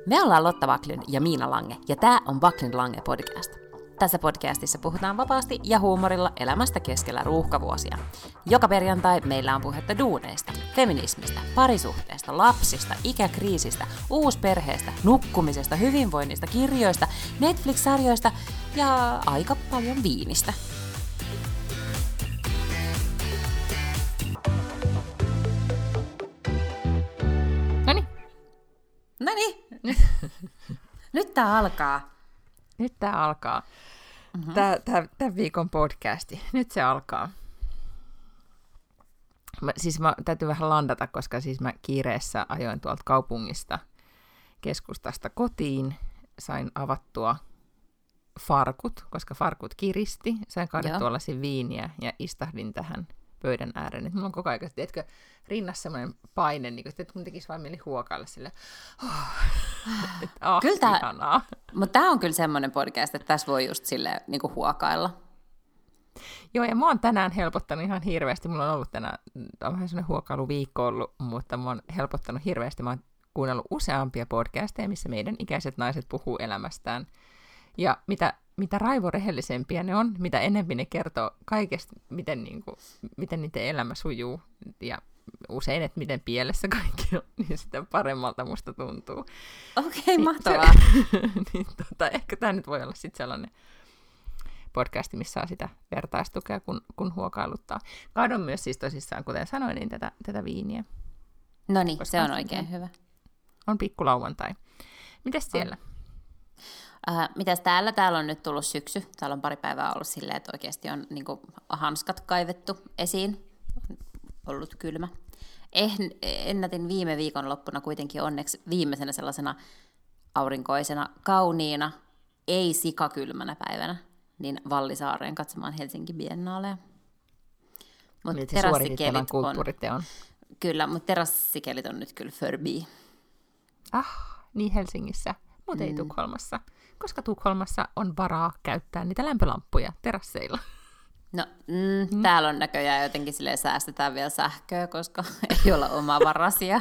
Me ollaan Lotta Wacklund ja Miina Lange, ja tää on Wacklund Lange podcast. Tässä podcastissa puhutaan vapaasti ja huumorilla elämästä keskellä ruuhkavuosia. Joka perjantai meillä on puhetta duuneista, feminismistä, parisuhteesta, lapsista, ikäkriisistä, uusperheestä, nukkumisesta, hyvinvoinnista, kirjoista, Netflix-sarjoista ja aika paljon viinistä. Noniin. Nyt tää alkaa. Nyt tää alkaa. Tämän viikon podcasti. Nyt se alkaa. Täytyy vähän landata, koska siis mä kiireessä ajoin tuolta kaupungista keskustasta kotiin. Sain avattua farkut, koska farkut kiristi. Sain kaadettua lasin viiniä ja istahdin tähän pöydän ääreen. Nyt mulla on koko ajan, tiedätkö, rinnassa semmoinen paine, niin että mun tekisi vain mieli huokailla silleen. Kyllä tää, mutta tämä on kyllä semmoinen podcast, että tässä voi just silleen niin kuin huokailla. Joo, ja mä oon tänään helpottanut ihan hirveästi. Mulla on ollut tänään vähän semmoinen huokailuviikko ollut, mutta mä oon helpottanut hirveästi. Mä oon kuunnellut useampia podcasteja, missä meidän ikäiset naiset puhuu elämästään. Ja mitä raivorehellisempiä ne on, mitä enemmän ne kertoo kaikesta, miten niiden elämä sujuu, ja usein, että miten pielessä kaikki on, niin sitä paremmalta musta tuntuu. Okei, mahtavaa. Niin, ehkä tämä nyt voi olla sitten sellainen podcasti, missä saa sitä vertaistukea, kun huokailuttaa. Kaadon myös siis tosissaan, kuten sanoin, niin tätä viiniä. No niin, se on oikein hyvä. On pikkulauantai. Mites siellä? Mitäs täällä? Täällä on nyt tullut syksy. Täällä on pari päivää ollut silleen, että oikeasti on niin kuin hanskat kaivettu esiin. On ollut kylmä. Ennätin viime viikonloppuna kuitenkin onneksi viimeisenä sellaisena aurinkoisena, kauniina, ei sikakylmänä päivänä, niin Vallisaareen katsomaan Helsinki Biennaalea. Nyt se suoritit tämän kulttuuriteon. Kyllä, mutta terassikelit on nyt kyllä förbi. Niin Helsingissä, mutta ei Tukholmassa. Koska Tukholmassa on varaa käyttää niitä lämpölamppuja terasseilla. No, täällä on näköjään jotenkin silleen säästetään vielä sähköä, koska ei olla omavaraisia.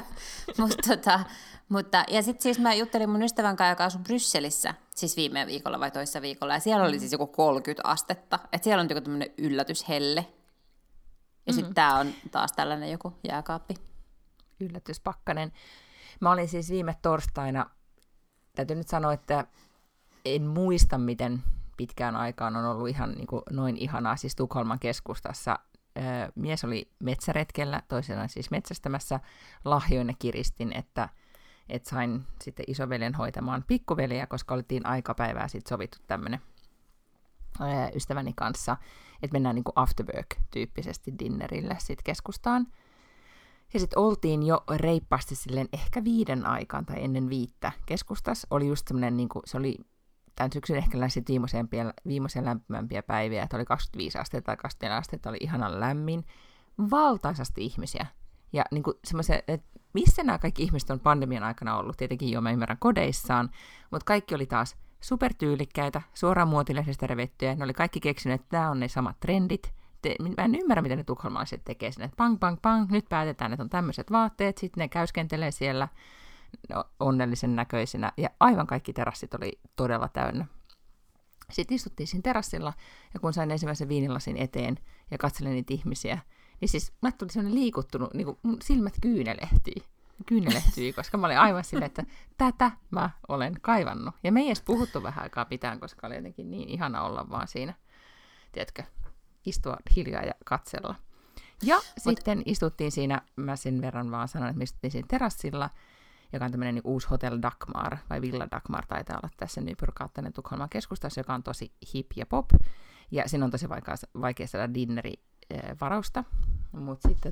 Ja sitten siis mä juttelin mun ystävän kanssa, joka asui Brysselissä, siis viime viikolla vai toissa viikolla, ja siellä oli siis joku 30 astetta. Että siellä on joku tämmöinen yllätyshelle. Ja sitten tää on taas tällainen joku jääkaappi. Yllätyspakkanen. Mä olin siis viime torstaina, täytyy nyt sanoa, että en muista, miten pitkään aikaan on ollut ihan niin kuin noin ihanaa, siis Tukholman keskustassa. Mies oli metsäretkellä, toisenaan siis metsästämässä, lahjoina kiristin, että sain sitten isoveljen hoitamaan pikkuveliä, koska oltiin aikapäivää sitten sovittu tämmöinen ystäväni kanssa, että mennään niin kuin after work-tyyppisesti dinnerille sitten keskustaan. Ja sitten oltiin jo reippaasti silleen ehkä 5 aikaan tai ennen 5 keskustassa. Oli just semmoinen, niin kuin, se oli tämän syksyn ehkä viimeisiä lämpimämpiä päiviä, että oli 25 astetta tai 24 astetta, oli ihanan lämmin. Valtaisasti ihmisiä. Ja niin kuin semmoisia, että missä nämä kaikki ihmiset on pandemian aikana ollut, tietenkin jo mä ymmärrän kodeissaan, mutta kaikki oli taas supertyylikkäitä, suoraan muotilehdistä revettyjä. Ne oli kaikki keksineet, että nämä on ne samat trendit. Mä en ymmärrä, miten ne tukholmalaiset tekee sinne, että pang, pang, pang, nyt päätetään, että on tämmöiset vaatteet, sitten ne käyskentelee siellä onnellisen näköisinä, ja aivan kaikki terassit oli todella täynnä. Sitten istuttiin siinä terassilla, ja kun sain ensimmäisen viinilasin eteen, ja katselin niitä ihmisiä, niin siis mä tuli sellainen liikuttunut, niin kuin mun silmät kyynelehtyi, koska mä olin aivan silleen, että tätä mä olen kaivannut. Ja me ei edes puhuttu vähän aikaa pitään, koska oli jotenkin niin ihana olla vaan siinä, tiedätkö, istua hiljaa ja katsella. Ja sitten istuttiin siinä, mä sen verran vaan sanon, että me istuttiin siinä terassilla, joka on tämmöinen niin uusi Hotel Dagmar, vai Villa Dagmar taitaa olla tässä Nypyrgatan Tukholman keskustassa, joka on tosi hip ja pop. Ja siinä on tosi vaikea saada dinnerivarausta. Mutta sitten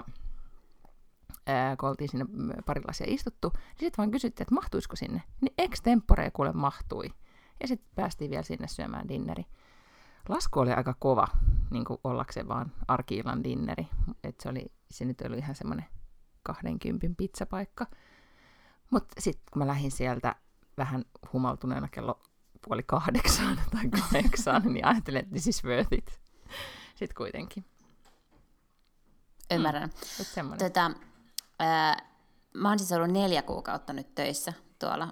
kun oltiin siinä pari lasia istuttu, niin sitten vaan kysyttiin, että mahtuisiko sinne. Niin extempore kuule mahtui. Ja sitten päästiin vielä sinne syömään dinneri. Lasku oli aika kova, niin kuin ollakseen vaan arki-illan dinneri. Että se nyt oli ihan semmoinen 20 pizzapaikka. Mutta sitten kun mä lähdin sieltä vähän humaltuneena kello 7:30 tai 8, niin ajattelin, että this is worth it. Sitten kuitenkin. Ymmärrän. Mä oon siis ollut 4 kuukautta nyt töissä tuolla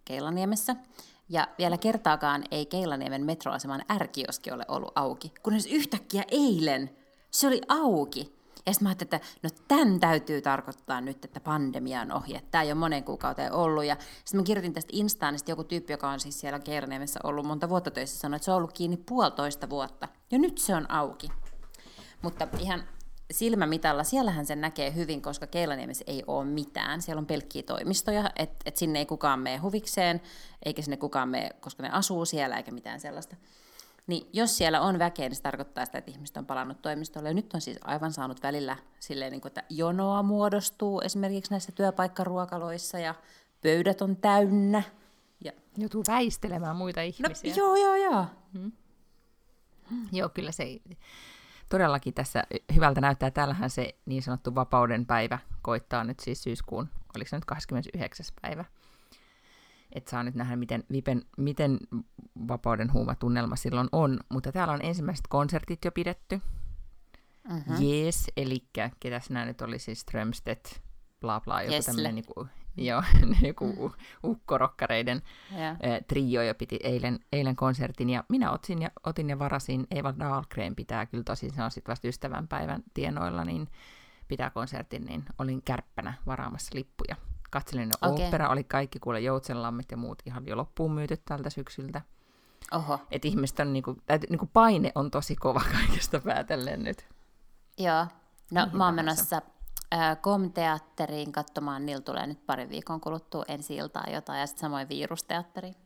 Keilaniemessä. Ja vielä kertaakaan ei Keilaniemen metroaseman R-kioski ole ollut auki, kunnes yhtäkkiä eilen se oli auki. Ja sitten mä ajattelin, että no tämän täytyy tarkoittaa nyt, että pandemia on ohi, että tämä ei ole monen kuukauteen ollut. Ja sitten mä kirjoitin tästä Instaan, niin joku tyyppi, joka on siis siellä Keilaniemessä ollut monta vuotta töissä, sanoi, että se on ollut kiinni 1,5 vuotta. Ja nyt se on auki. Mutta ihan silmämitalla, siellähän sen näkee hyvin, koska Keilaniemessä ei ole mitään. Siellä on pelkkiä toimistoja, että sinne ei kukaan mene huvikseen, eikä sinne kukaan mene, koska ne asuu siellä, eikä mitään sellaista. Niin jos siellä on väkeä, niin se tarkoittaa sitä, että ihmiset on palannut toimistolle. Ja nyt on siis aivan saanut välillä silleen, että jonoa muodostuu esimerkiksi näissä työpaikkaruokaloissa ja pöydät on täynnä. Ja joutuu väistelemään muita ihmisiä. No, joo. Joo, kyllä se todellakin tässä hyvältä näyttää. Täällähän se niin sanottu vapauden päivä koittaa nyt siis syyskuun, oliko se nyt 29. päivä. Että saa nyt nähdä, miten vapauden huumatunnelma silloin on. Mutta täällä on ensimmäiset konsertit jo pidetty. Jees, eli ketäs nämä nyt oli siis Strömstedt, bla bla, joku tämmöinen joku ukkorokkareiden trio jo piti eilen konsertin. Ja minä otin ja varasin, Eva Dahlgren pitää kyllä tosin, se on sitten vasta ystävänpäivän tienoilla, niin pitää konsertin, niin olin kärppänä varaamassa lippuja. Katselin opera, oli kaikki kuule Joutsenlammet ja muut ihan jo loppuun myyty tältä syksyltä. Oho. Että ihmiset on niinku paine on tosi kova kaikesta päätellen nyt. Joo, no mä oon menossa KOM-teatteriin katsomaan, niillä tulee nyt parin viikon kuluttua ensi-iltaa jotain, ja sitten samoin Virusteatteriin.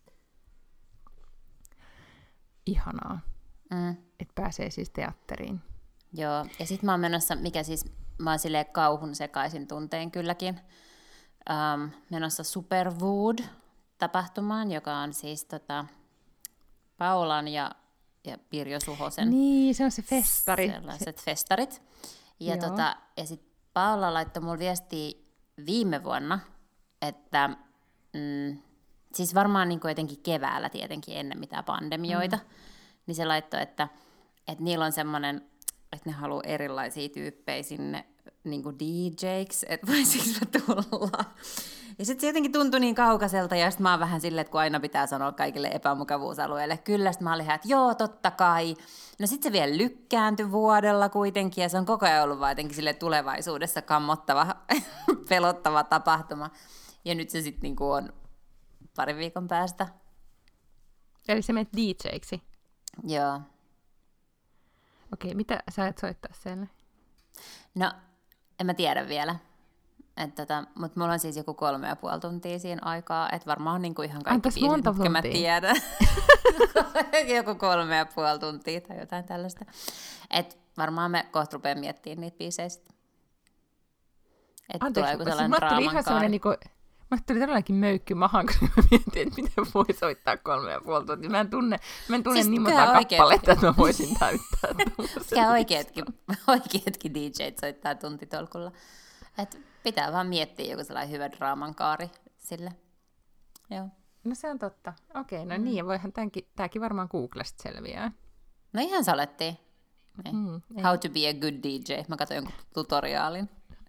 Ihanaa, että pääsee siis teatteriin. Joo, ja sitten mä oon menossa, mä oon silleen kauhun sekaisin tunteen kylläkin, menossa Superwood-tapahtumaan, joka on siis Paulan ja Pirjo Suhosen. Niin, se on se festari. Sellaiset festarit. Ja, ja sitten Paula laittoi mulle viestiä viime vuonna, että siis varmaan niin jotenkin keväällä tietenkin ennen mitään pandemioita, niin se laittoi, että niillä on semmoinen, että ne haluaa erilaisia tyyppejä sinne niin kuin DJiksi, että voisiko mä tulla. Ja sitten se jotenkin tuntui niin kaukaiselta, ja sitten mä oon vähän silleen, että kun aina pitää sanoa kaikille epämukavuusalueille, kyllä, sitten mä olin ihan, että joo, totta kai. No sitten se vielä lykkääntyi vuodella kuitenkin, ja se on koko ajan ollut vaan jotenkin silleen tulevaisuudessa kammottava, pelottava tapahtuma. Ja nyt se sitten niin kuin on parin viikon päästä. Eli se menet DJiksi? Joo. Okei, mitä sä et soittaa siellä? No, en mä tiedä vielä. Mutta mulla on siis joku 3,5 tuntia siinä aikaa, että varmaan niinku ihan kaikki biisit, mitkä mä tiedän. Joku 3,5 tuntia tai jotain tällaista. Et varmaan me kohta rupeaa miettimään niitä biisejä sitten. Että tulee joku sellainen draamankaari. Mä tuli todellakin möykky mahaan, kun mä mietin, että miten voi soittaa 3,5 tuntia. Mä en tunne siis niin monta kappaletta, että mä voisin täyttää. Sekä oikeatkin DJt soittaa tuntitolkulla. Et pitää vaan miettiä joku sellainen hyvä draamankaari sille. Joo. No se on totta. Okei, no niin, ja voihan tääkin varmaan Googlesta selviää. No ihan salettiin. How to be a good DJ. Mä katsoin jonkun tutoriaalin.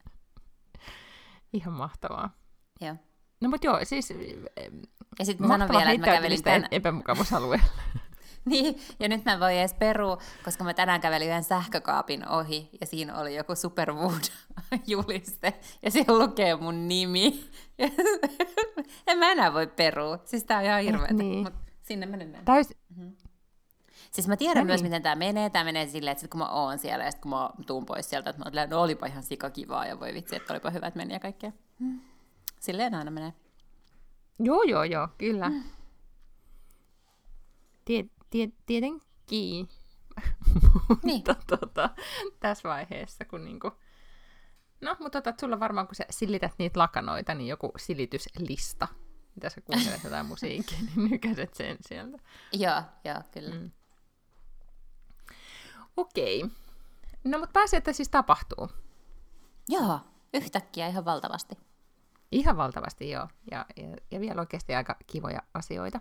Ihan mahtavaa. Joo. No mut joo, siis ja sitten sanon vielä, että mä kävelin tänään epämukavuusalueella. Niin, ja nyt mä en voi edes perua, koska mä tänään kävelin yhden sähkökaapin ohi, ja siinä oli joku Superwood-juliste, ja siellä lukee mun nimi. En mä enää voi perua, siis tää on ihan hirveetä, mutta sinne mä nyt menen. Siis mä tiedän myös, miten tää menee silleen, että sit kun mä oon siellä, ja sit kun mä tuun pois sieltä, että mä oon, no olipa ihan sikakivaa, ja voi vitsi, että olipa hyvä, että meni ja kaikkea. Silleen aina menee. Joo, kyllä. Tietenkin. Niin. Tässä vaiheessa, kun niinku... No, mutta sulla varmaan, kun sä silität niitä lakanoita, niin joku silityslista. Mitä sä kuuntelet jotain musiikkia, niin nykäset sen sieltä. Joo, kyllä. Okei. No, mutta pääsee, että siis tapahtuu. Joo, yhtäkkiä ihan valtavasti. Ihan valtavasti, joo. Ja vielä oikeasti aika kivoja asioita.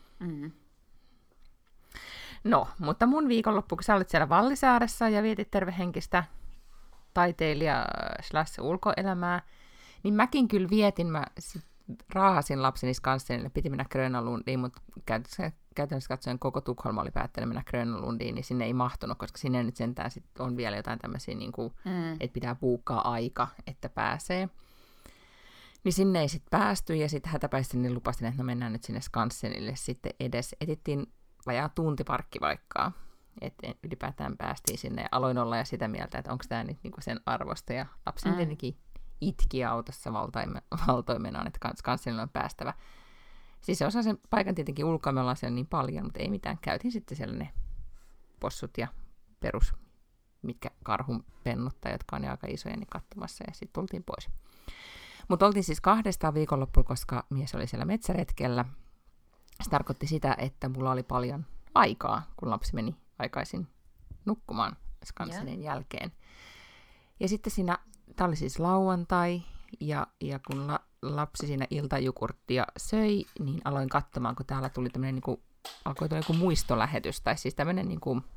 No, mutta mun viikonloppu, kun sä olit siellä Vallisaaressa ja vietit tervehenkistä taiteilija/ulkoelämää, niin mäkin kyllä vietin. Mä raahasin lapseni Skansenille, piti mennä Grönalundiin, mutta käytännössä katsoen koko Tukholma oli päättänyt mennä Grönalundiin, niin sinne ei mahtunut, koska sinne nyt sentään sit on vielä jotain tämmöisiä, niin kuin, että pitää buukkaa aika, että pääsee. Niin sinne ei sitten päästy, ja sitten hätäpäisesti niin lupasin, että no mennään nyt sinne Skansenille sitten edes. Etittiin vajaa tunti parkkipaikkaa, että ylipäätään päästiin sinne, ja aloin olla ja sitä mieltä, että onko tämä nyt niinku sen arvosta, ja lapsen tietenkin itki autossa valtoimenaan, että Skansenille on päästävä. Siis se osaa sen paikan tietenkin ulkoa, me ollaan siellä niin paljon, mutta ei mitään. Käytiin sitten siellä ne possut ja perus, mitkä karhun pennuttaa, jotka on aika isoja, niin katsomassa, ja sitten tultiin pois. Mutta oltiin siis 2 viikonloppua, koska mies oli siellä metsäretkellä. Se tarkoitti sitä, että mulla oli paljon aikaa, kun lapsi meni aikaisin nukkumaan Skansenin jälkeen. Ja sitten tämä oli siis lauantai, ja kun lapsi siinä iltajukurttia söi, niin aloin katsomaan, kun täällä tuli tämmöinen, alkoi tulla joku muistolähetys, tai siis tämmöinen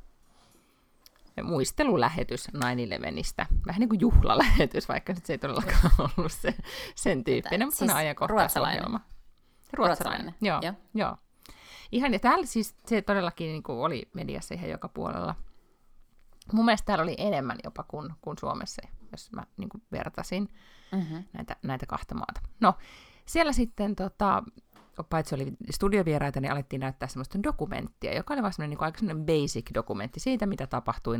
muistelulähetys 9/11:istä. Vähän niin kuin juhlalähetys, vaikka nyt se ei todellakaan ollut sen tyyppinen, mutta siis ajankohtaisohjelma. Ruotsalainen. Joo. Ihan, ja täällä siis se todellakin niin kuin oli mediassa ihan joka puolella. Mun mielestä täällä oli enemmän jopa kuin Suomessa, jos mä niin kuin vertasin näitä 2 maata. No, siellä sitten paitsi oli studiovieraita, niin alettiin näyttää semmoista dokumenttia, joka oli vaan semmoinen niin aika semmoinen basic dokumentti siitä, mitä tapahtui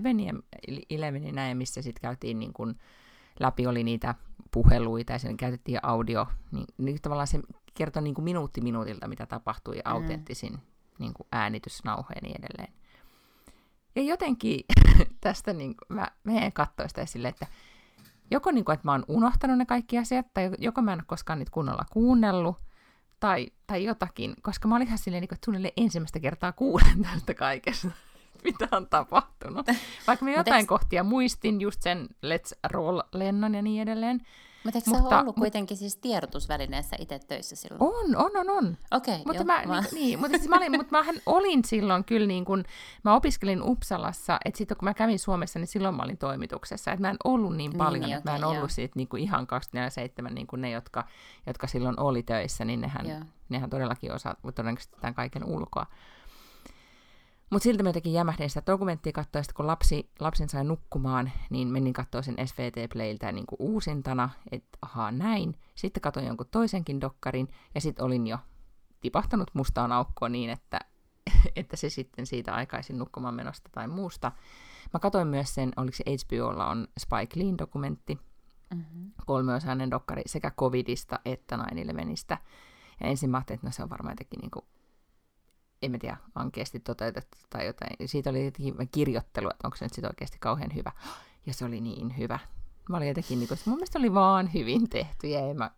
9/11 ja missä sitten käytiin niin kuin läpi, oli niitä puheluita ja siinä käytettiin audio, niin tavallaan se kertoi niin kuin minuutti minuutilta, mitä tapahtui autenttisin niin kuin äänitysnauhoja ja niin edelleen. Ja jotenkin tästä niin mä en katsoa sitä silleen, että joko niin kuin, että mä oon unohtanut ne kaikki asiat, tai joko mä en ole koskaan niitä kunnolla kuunnellut, tai jotakin, koska mä olin ihan silleen, että suunnilleen ensimmäistä kertaa kuulen tästä kaikesta, mitä on tapahtunut. Vaikka mä jotain kohtia muistin, just sen Let's Roll-lennon ja niin edelleen. Mutta eikö sä ole ollut kuitenkin siis tiedotusvälineessä itse töissä silloin? On. Okei, mutta mähän olin silloin kyllä, niin kun mä opiskelin Uppsalassa, että sitten kun mä kävin Suomessa, niin silloin mä olin toimituksessa. Että mä en ollut niin paljon, että mä en ollut siitä niin kuin ihan 24/7, niin kuin ne, jotka silloin oli töissä, niin nehän todellakin osaa todennäköisesti tämän kaiken ulkoa. Mutta siltä mä jotenkin jämähdin sitä dokumenttia katsoa, ja kun lapsen sai nukkumaan, niin menin katsoa sen SVT Playltä niin kuin uusintana, että ahaa näin. Sitten katsoin jonkun toisenkin dokkarin, ja sitten olin jo tipahtanut mustaan aukkoon niin, että se sitten siitä aikaisin nukkumaan menosta tai muusta. Mä katsoin myös sen, oliko se HBOlla on Spike Leen dokumentti, 3-osainen dokkari sekä covidista että 9/11:stä. Ja ensin mä ajattelin, että no se on varmaan jotenkin niin kuin en mä tiedä, ankeasti toteutettu tai jotain. Siitä oli jotenkin kirjoittelu, että onko se nyt sitten oikeasti kauhean hyvä. Ja se oli niin hyvä. Mä olin jotenkin, niin kuin, mun mielestä oli vaan hyvin tehty.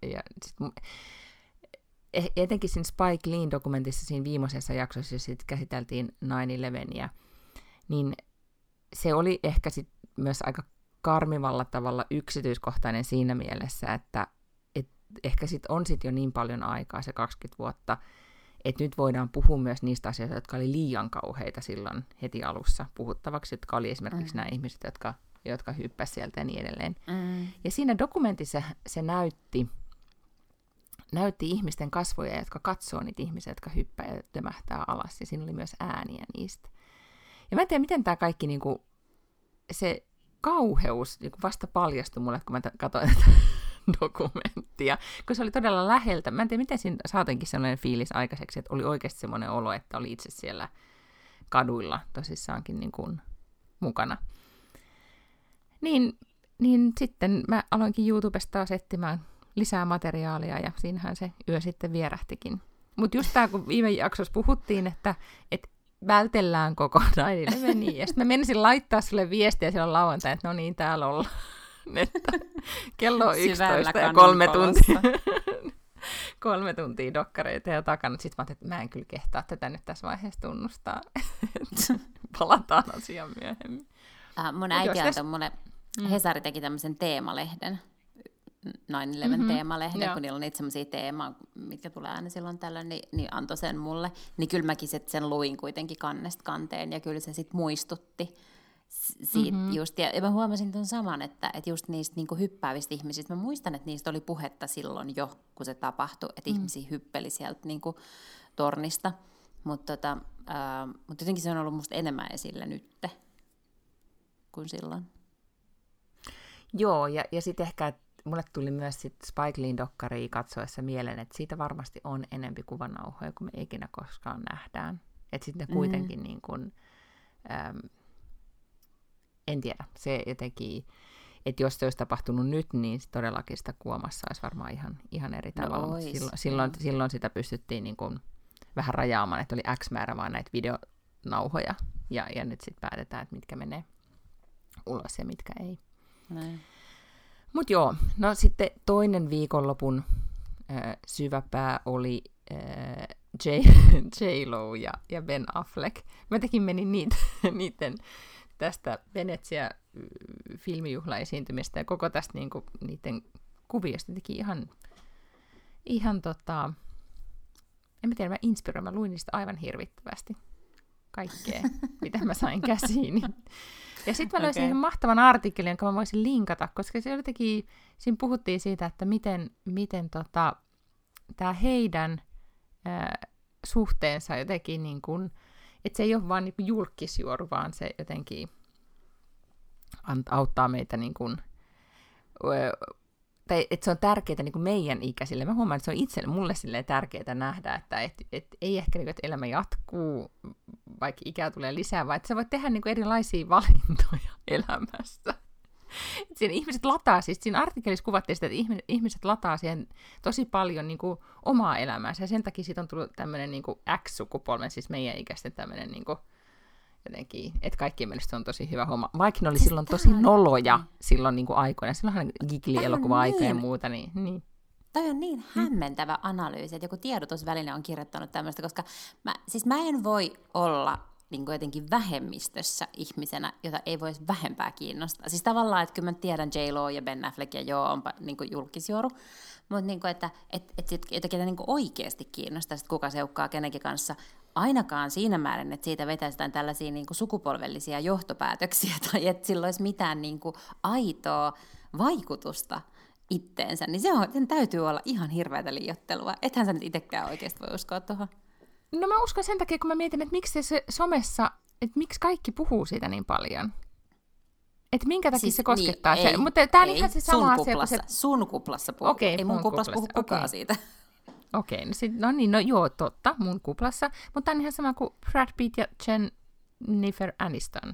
Etenkin siinä Spike Leen dokumentissa, siinä viimeisessä jaksossa, jossa käsiteltiin 9/11:ää, niin se oli ehkä sit myös aika karmivalla tavalla yksityiskohtainen siinä mielessä, että ehkä sit on sit jo niin paljon aikaa, se 20 vuotta, että nyt voidaan puhua myös niistä asioista, jotka oli liian kauheita silloin heti alussa puhuttavaksi, jotka oli esimerkiksi nämä ihmiset, jotka hyppäsivät sieltä ja niin edelleen. Ja siinä dokumentissa se näytti ihmisten kasvoja, jotka katsoo niitä ihmisiä, jotka hyppää ja tömähtää alas, ja siinä oli myös ääniä niistä. Ja mä en tiedä, miten tämä kaikki, niinku, se kauheus niinku vasta paljastui mulle, kun mä katsoin tätä dokumenttia, kun se oli todella läheltä. Mä en tiedä, miten siinä saatinkin sellainen fiilis aikaiseksi, että oli oikeasti semmoinen olo, että oli itse siellä kaduilla tosissaankin niin kuin mukana. Niin sitten mä aloinkin YouTubesta taas etsimään lisää materiaalia, ja siinähän se yö sitten vierähtikin. Mutta just tämä, kun viime jaksossa puhuttiin, että vältellään koko 9/11, ja sitten mä menisin laittaa sulle viestiä silloin lauantai, että no niin, täällä ollaan. Että kello on 11 ja 3 tuntia dokkareita ja takana. Sitten mä ajattelin, että mä en kyllä kehtaa tätä nyt tässä vaiheessa tunnustaa. Palataan asiaan myöhemmin. Mun äiti antoi mulle, Hesari teki tämmöisen teemalehden, 9/11-teemalehden, kun niillä on niitä semmoisia teemaa, mitkä tulee aina silloin tällöin, niin antoi sen mulle. Niin kyllä mäkin sen luin kuitenkin kannesta kanteen, ja kyllä se sitten muistutti. Just, ja mä huomasin ton saman, että just niistä niinku hyppäävistä ihmisistä, mä muistan, että niistä oli puhetta silloin jo, kun se tapahtui, että ihmisiä hyppeli sieltä niinku tornista, mutta jotenkin se on ollut musta enemmän esillä nyt kuin silloin. Joo, ja sitten ehkä, että mulle tuli myös sit Spike Leen -dokkaria katsoessa mieleen, että siitä varmasti on enempi kuvanauhoja, kuin me ikinä koskaan nähdään. Että sitten ne kuitenkin niin kuin, en tiedä, se jotenkin, että jos se olisi tapahtunut nyt, niin todellakin sitä kuomassa olisi varmaan ihan eri tavalla. Silloin sitä pystyttiin niin kuin vähän rajaamaan, että oli X määrä vaan näitä videonauhoja, ja nyt sitten päätetään, että mitkä menee ulos ja mitkä ei. Mutta joo, no sitten toinen viikonlopun syväpää oli J-Lo ja Ben Affleck. Mä tekin menin niiden tästä Venetsia-filmijuhlaesiintymistä ja koko tästä niinku, niiden kuviosta teki ihan en mä tiedä, mä luin niistä aivan hirvittävästi kaikkea, mitä mä sain käsiini. Ja sitten mä löysin ihan mahtavan artikkelin, jonka mä voisin linkata, koska se jotenkin, siinä puhuttiin siitä, että miten tämä heidän suhteensa jotenkin, niin kuin, että se ei ole vaan niin kuin julkisjuoru, vaan se jotenkin auttaa meitä, niin kuin, tai että se on tärkeää niin kuin meidän ikäisille. Mä huomaan, että se on itselle, mulle silleen tärkeää nähdä, että ei ehkä, niin kuin, että elämä jatkuu, vaikka ikää tulee lisää, vaan että sä voit tehdä niin kuin erilaisia valintoja elämässä. Siinä ihmiset lataa, siis siinä artikkelissa kuvattiin sitä, että ihmiset lataa siihen tosi paljon niin kuin omaa elämäänsä, ja sen takia siitä on tullut tämmöinen niin kuin X-sukupolven, siis meidän ikäisten tämmöinen niin kuin, jotenkin, että kaikkien mielestä se on tosi hyvä homma. Vaikka ne oli siis silloin tosi noloja silloin niin kuin aikoina, silloinhan Gigli-elokuva-aika ja muuta, niin. Toi on niin hämmentävä analyysi, että joku tiedotusväline on kirjoittanut tämmöistä, koska mä en voi olla niin kuin jotenkin vähemmistössä ihmisenä, jota ei voisi vähempää kiinnostaa. Siis tavallaan, että kyllä mä tiedän J-Lo ja Ben Affleck ja joo, onpa niin kuin julkisjuoru, mutta niin kuin, että ketä niin kuin oikeasti kiinnostaa, että kuka seukkaa kenenkin kanssa, ainakaan siinä määrin, että siitä vetäistään tällaisia niin kuin sukupolvellisia johtopäätöksiä, tai että sillä olisi mitään niin kuin aitoa vaikutusta itteensä, niin sen täytyy olla ihan hirveätä liioittelua. Ethän sä nyt itsekään oikeasti voi uskoa tuohon. No mä uskon sen takia, kun mä mietin, että miksi se somessa, että miksi kaikki puhuu siitä niin paljon. Että minkä takia siis, se koskettaa niin, se. Mutta tää on ihan se sama asia kuin se. Sun kuplassa puhuu. Okay, ei mun kuplassa puhu kukaan siitä. Okei, no joo, totta, mun kuplassa. Mutta tää on ihan sama kuin Brad Pitt ja Jennifer Aniston.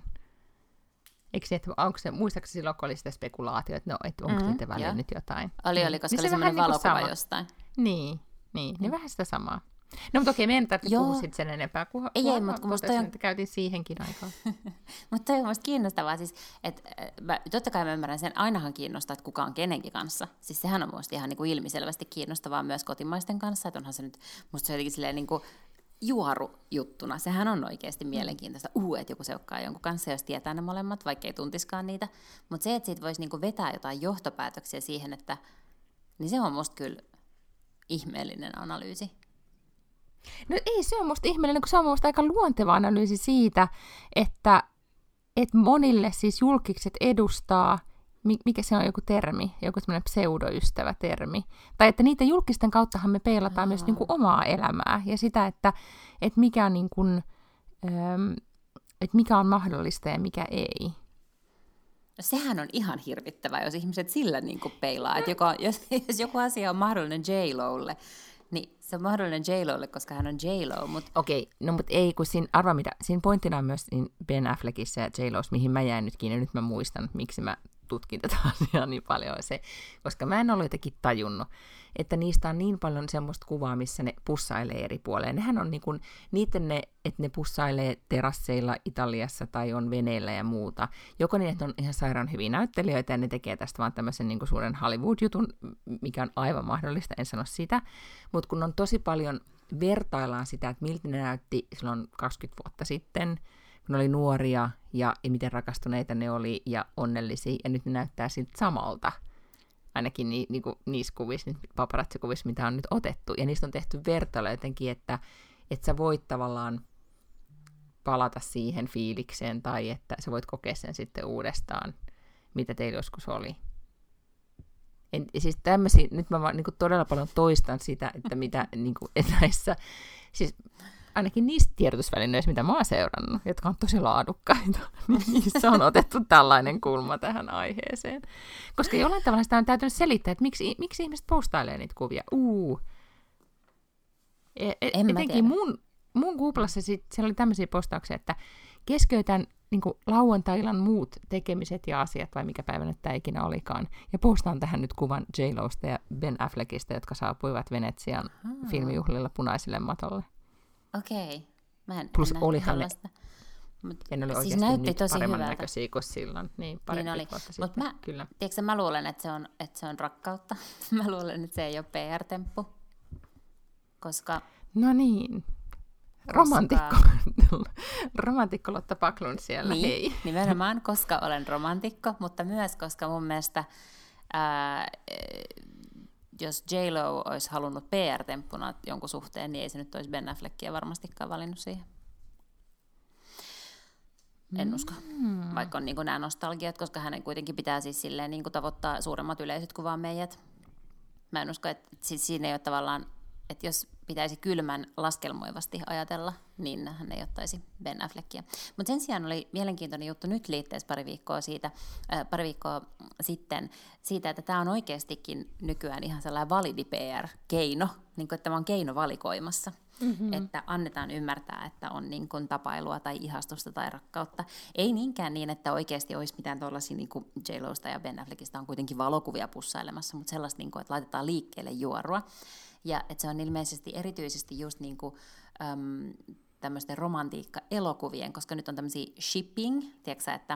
Eikö se, muistaakseni silloin, kun oli sitä spekulaatio, että onko niiden välillä nyt jotain? Oli, koska oli semmoinen valokuva jostain. Niin vähän sitä samaa. No, mutta okei, meidän tarvitse puhua sitten sen enempää, kun että käytiin siihenkin aikaan. Mutta toi on musta kiinnostavaa, siis, että totta kai mä ymmärrän sen, ainahan kiinnostaa, että kuka on kenenkin kanssa. Siis sehän on musta ihan niin kuin ilmiselvästi kiinnostavaa myös kotimaisten kanssa, että onhan se nyt, musta se jotenkin silleen niin kuin juorujuttuna. Sehän on oikeasti mielenkiintoista, että joku seukkaa jonkun kanssa, jos tietää ne molemmat, vaikka ei tuntiskaan niitä. Mutta se, että siitä voisi niinku vetää jotain johtopäätöksiä siihen, että niin se on musta kyllä ihmeellinen analyysi. No ei se on musta ihmeellinen, kun se on musta aika luonteva analyysi siitä, että monille siis julkikset edustaa, mikä se on joku termi, joku semmoinen pseudoystävä-termi. Tai että niitä julkisten kauttahan me peilataan myös niin kuin omaa elämää ja sitä, että mikä on niin kuin, että mikä on mahdollista ja mikä ei. No sehän on ihan hirvittävää, jos ihmiset sillä niin kuin peilaa. Että jos joku asia on mahdollinen J-Lolle, niin se on mahdollinen J-Lolle, koska hän on J-Lo. Okei, no mutta ei, kun arvaa mitä, siinä pointtina on myös Ben Affleckissä ja J-Lossa, mihin mä jäin nyt kiinni, nyt mä muistan, miksi mä tutkin tätä asiaa niin paljon, se, koska mä en ole jotenkin tajunnut, että niistä on niin paljon semmoista kuvaa, missä ne pussailee eri puoleen. Nehän on niinku, että ne pussailee terasseilla Italiassa tai on veneillä ja muuta. Joko niin, että on ihan sairaan hyviä näyttelijöitä ja ne tekee tästä vaan tämmöisen niinku suuren Hollywood-jutun, mikä on aivan mahdollista, en sano sitä, mutta kun on tosi paljon, vertaillaan sitä, että miltä ne näytti silloin 20 vuotta sitten, kun ne oli nuoria ja miten rakastuneita ne oli ja onnellisia, ja nyt ne näyttää siltä samalta. Ainakin niissä kuvissa, paparazzi-kuvissa, mitä on nyt otettu. Ja niistä on tehty vertailu jotenkin, että sä voit tavallaan palata siihen fiilikseen, tai että sä voit kokea sen sitten uudestaan, mitä teillä joskus oli. Siis tämmöisiä, nyt mä vaan niin kuin todella paljon toistan sitä, että mitä niin kuin näissä, siis ainakin niistä tiedotusvälineistä, mitä mä oon seurannut, jotka on tosi laadukkaita, niin niissä on otettu tällainen kulma tähän aiheeseen. Koska jollain tavalla sitä on täytynyt selittää, että miksi ihmiset postailee niitä kuvia. Etenkin mun Googlassa siellä oli tämmöisiä postauksia, että keskeytän niin kuin lauantai-illan muut tekemiset ja asiat, vai mikä päivä nyt tämä ikinä olikaan. Ja postaan tähän nyt kuvan J-Losta ja Ben Affleckista, jotka saapuivat Venetsian filmijuhlilla punaiselle matolle. Okei. Plus olihan ne, ja ne oli siis oikeasti näytti nyt tosi paremman hyvältä näköisiä kuin silloin. Niin, niin oli. Sitten, kyllä. Tiedätkö, mä luulen, että se on rakkautta. Mä luulen, että se ei ole PR-temppu. Koska... No niin. Romantikko Lotta Backlund siellä, niin, hei. Nimenomaan, koska olen romantikko, mutta myös koska mun mielestä, jos J-Lo olisi halunnut PR-temppuna jonkun suhteen, niin ei se nyt olisi Ben Affleckia varmastikaan valinnut siihen. En usko, vaikka on niin kuin nämä nostalgiat, koska hänen kuitenkin pitää siis silleen niin kuin tavoittaa suuremmat yleisöt kuin vaan meidät. Mä en usko, että siis siinä ei ole tavallaan, että jos pitäisi kylmän laskelmoivasti ajatella, niin hän ei ottaisi Ben Affleckia. Mutta sen sijaan oli mielenkiintoinen juttu nyt liitteessä pari viikkoa sitten siitä, että tämä on oikeastikin nykyään ihan sellainen validi PR-keino, niin kuin, että tämä on keino valikoimassa. Mm-hmm. Että annetaan ymmärtää, että on niin kuin tapailua tai ihastusta tai rakkautta. Ei niinkään niin, että oikeasti olisi mitään tuollaisia, niin kuin J-Losta ja Ben Affleckista on kuitenkin valokuvia pussailemassa, mutta sellaista, niin kuin, että laitetaan liikkeelle juorua. Ja että se on ilmeisesti erityisesti just niin kuin, tämmöisten romantiikka-elokuvien, koska nyt on tämmöisiä shipping, tiedätkö että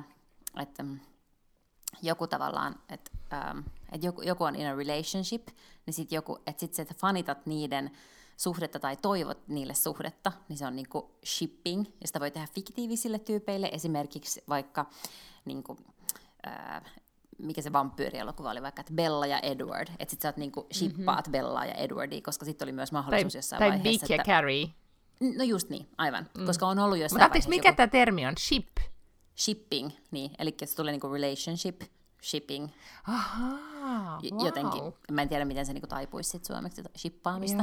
joku tavallaan, että joku on in a relationship, niin sitten sit sä fanitat niiden suhdetta tai toivot niille suhdetta, niin se on niin kuin shipping, ja sitä voi tehdä fiktiivisille tyypeille, esimerkiksi vaikka niin kuin, mikä se vampyyrielokuva oli vaikka, että Bella ja Edward, että sit sä oot niinku shippaat Bellaa ja Edwardia, koska sitten oli myös mahdollisuus jossain vaiheessa. Tai Dick ja Carrie. No just niin, aivan, koska on ollut jossain vaiheessa. Mikä tämä termi on? Ship? Shipping, niin, eli se tulee niinku relationship, shipping. Ahaa, wow. Jotenkin, mä en tiedä miten se niinku taipuisi sit suomeksi, shippaamista.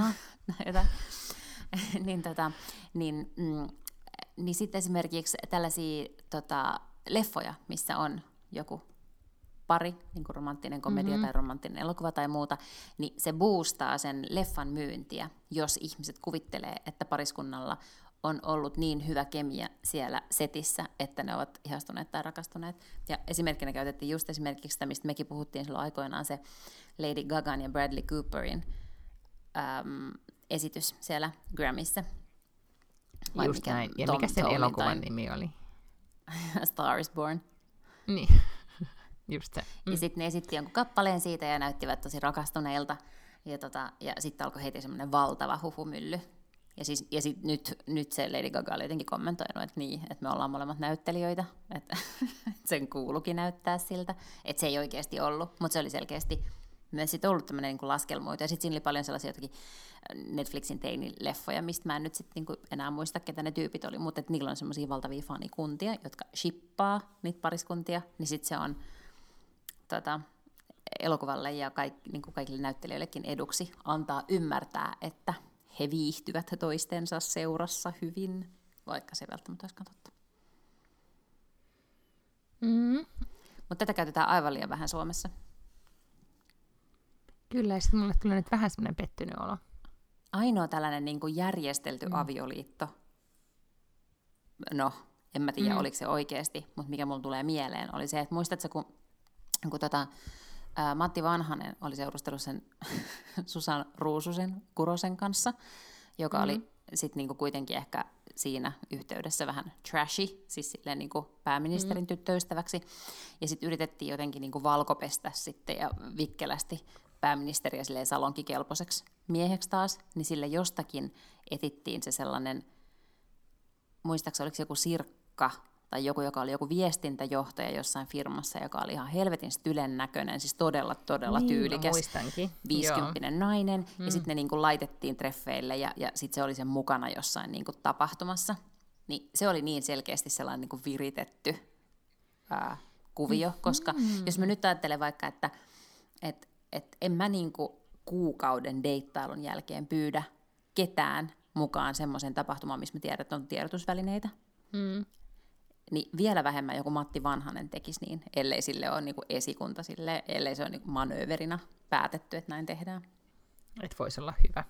niin sitten esimerkiksi tällaisia leffoja, missä on joku pari, niin kuin romanttinen komedia tai romanttinen elokuva tai muuta, niin se boostaa sen leffan myyntiä, jos ihmiset kuvittelee, että pariskunnalla on ollut niin hyvä kemia siellä setissä, että ne ovat ihastuneet tai rakastuneet. Ja esimerkkinä käytettiin just esimerkiksi sitä, mistä mekin puhuttiin silloin aikoinaan, se Lady Gagan ja Bradley Cooperin esitys siellä Grammyssä. Just näin. Ja mikä sen elokuvan nimi oli? A Star is Born. Niin. Just se. Ja sitten ne esitti jonkun kappaleen siitä ja näyttivät tosi rakastuneilta. Ja sitten alkoi heti semmoinen valtava huhumylly. Ja sit nyt se Lady Gaga oli jotenkin kommentoinut, että niin, että me ollaan molemmat näyttelijöitä. Että sen kuulukin näyttää siltä. Että se ei oikeasti ollut, mutta se oli selkeästi myös sit ollut tämmöinen niin kuin laskelmoitu. Ja sitten siinä oli paljon sellaisia jotakin Netflixin teinileffoja, mistä mä en nyt sitten niin enää muista, ketä ne tyypit oli. Mutta niillä on semmoisia valtavia fanikuntia, jotka shippaa niitä pariskuntia. Niin sitten se on elokuvalle ja niin kuin kaikille näyttelijöillekin eduksi antaa ymmärtää, että he viihtyvät toistensa seurassa hyvin, vaikka se välttämättä olisikaan totta. Mutta tätä käytetään aivan liian vähän Suomessa. Kyllä, ja sitten mulle tulee nyt vähän semmoinen pettynyt olo. Ainoa tällainen niin kuin järjestelty avioliitto, no, en mä tiedä oliko se oikeasti, mutta mikä mulle tulee mieleen, oli se, että muistatko, kun Matti Vanhanen oli seurustellut sen Susan Kurosen kanssa, joka oli sitten niinku kuitenkin ehkä siinä yhteydessä vähän trashy, siis silleen niinku pääministerin tyttöystäväksi. Ja sitten yritettiin jotenkin niinku valkopestä sitten ja vikkelästi pääministeriä silleen salonkikelpoiseksi mieheksi taas, niin sille jostakin etittiin se sellainen, muistaakseni oliko se joku Sirkka, tai joku, joka oli joku viestintäjohtaja jossain firmassa, joka oli ihan helvetin stylen näköinen, siis todella niin, tyylikäs, 50 nainen, ja sitten ne niin kuin laitettiin treffeille, ja sitten se oli sen mukana jossain niin kuin tapahtumassa. niin se oli niin selkeästi sellainen niin kuin viritetty kuvio, koska jos mä nyt ajattelen vaikka, että en mä niin kuin kuukauden deittailun jälkeen pyydä ketään mukaan semmoisen tapahtumaan, missä mä tiedän, että on tiedotusvälineitä, niin vielä vähemmän joku Matti Vanhanen tekisi niin, ellei sille ole niin kuin esikunta, ellei se ole niin kuin manööverina päätetty, että näin tehdään. Että voisi olla hyvä.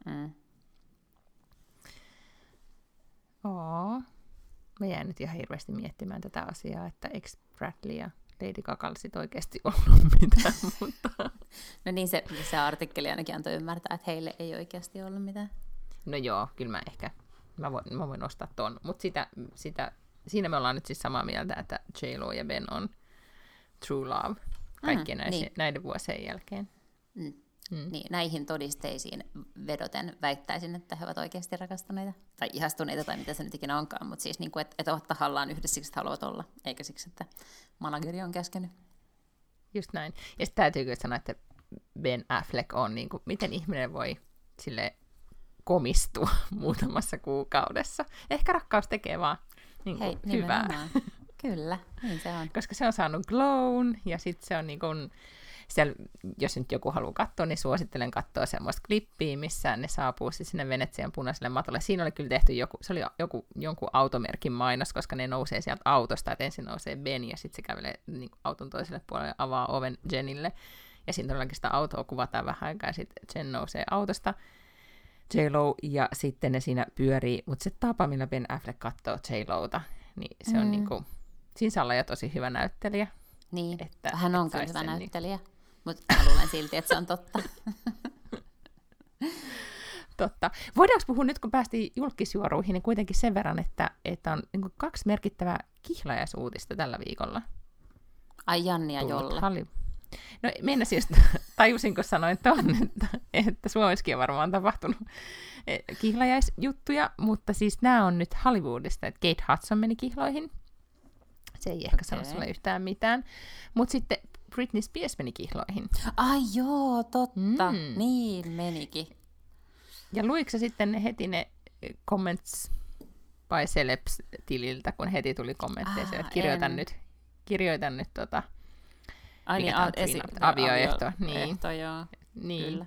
Mä jäin nyt ihan hirveästi miettimään tätä asiaa, että eikö Bradley ja Lady Gagalla sit oikeasti ollut mitään, mutta... No niin, se artikkeli ainakin antoi ymmärtää, että heille ei oikeasti ollut mitään. No joo, kyllä mä voin nostaa ton, mutta siinä me ollaan nyt siis samaa mieltä, että J.Lo ja Ben on true love kaikkien näiden vuosien jälkeen. Niin, näihin todisteisiin vedoten väittäisin, että he ovat oikeasti rakastuneita, tai ihastuneita, tai mitä se nyt ikinä onkaan, mutta siis niin kuin, että ovat tahallaan yhdessä siksi, että haluavat olla, eikä siksi, että manageri on käskenyt. Just näin. Ja sitten täytyy kyllä sanoa, että Ben Affleck on, niin kuin, miten ihminen voi sille komistua muutamassa kuukaudessa. Ehkä rakkaus tekee vaan niin kuin, hyvää. Kyllä, niin se on. Koska se on saanut glown, ja sitten se on niin kuin, siellä, jos nyt joku haluaa katsoa, niin suosittelen katsoa semmoista klippiä, missä ne saapuu siis sinne Venetsian punaiselle matolle. Siinä oli kyllä tehty jonkun automerkin mainos, koska ne nousee sieltä autosta, että ensin nousee Ben ja sitten se kävelee niin auton toiselle puolelle, avaa oven Jenille. Ja sitten todellakin sitä autoa kuvataan vähän aikaa ja sitten Jen nousee autosta, J.Lo, ja sitten ne siinä pyörii. Mutta se tapa, millä Ben Affleck katsoo J.Lota, niin se on niinku, siinä saa olla jo tosi hyvä näyttelijä. Niin, hän on kyllä hyvä näyttelijä. Mutta mä luulen silti, että se on totta. Totta. Voidaanko puhua nyt, kun päästiin julkisjuoruihin, niin kuitenkin sen verran, että on niin kuin 2 merkittävää kihlajaisuutista tällä viikolla. Ai Janni ja Jolla. No mennäs just, tajusin kun sanoin ton, että Suomessakin on varmaan tapahtunut kihlajaisjuttuja, mutta siis nämä on nyt Hollywoodista, että Kate Hudson meni kihloihin. Se ei ehkä sano sulle yhtään mitään. Mutta sitten Britney Spears meni kihloihin. Ai joo, totta. Niin menikin. Ja luitko sitten heti ne comments by celebs-tililtä, kun heti tuli kommentteja, että kirjoitan nyt avioehto. Niin. Joo. Niin.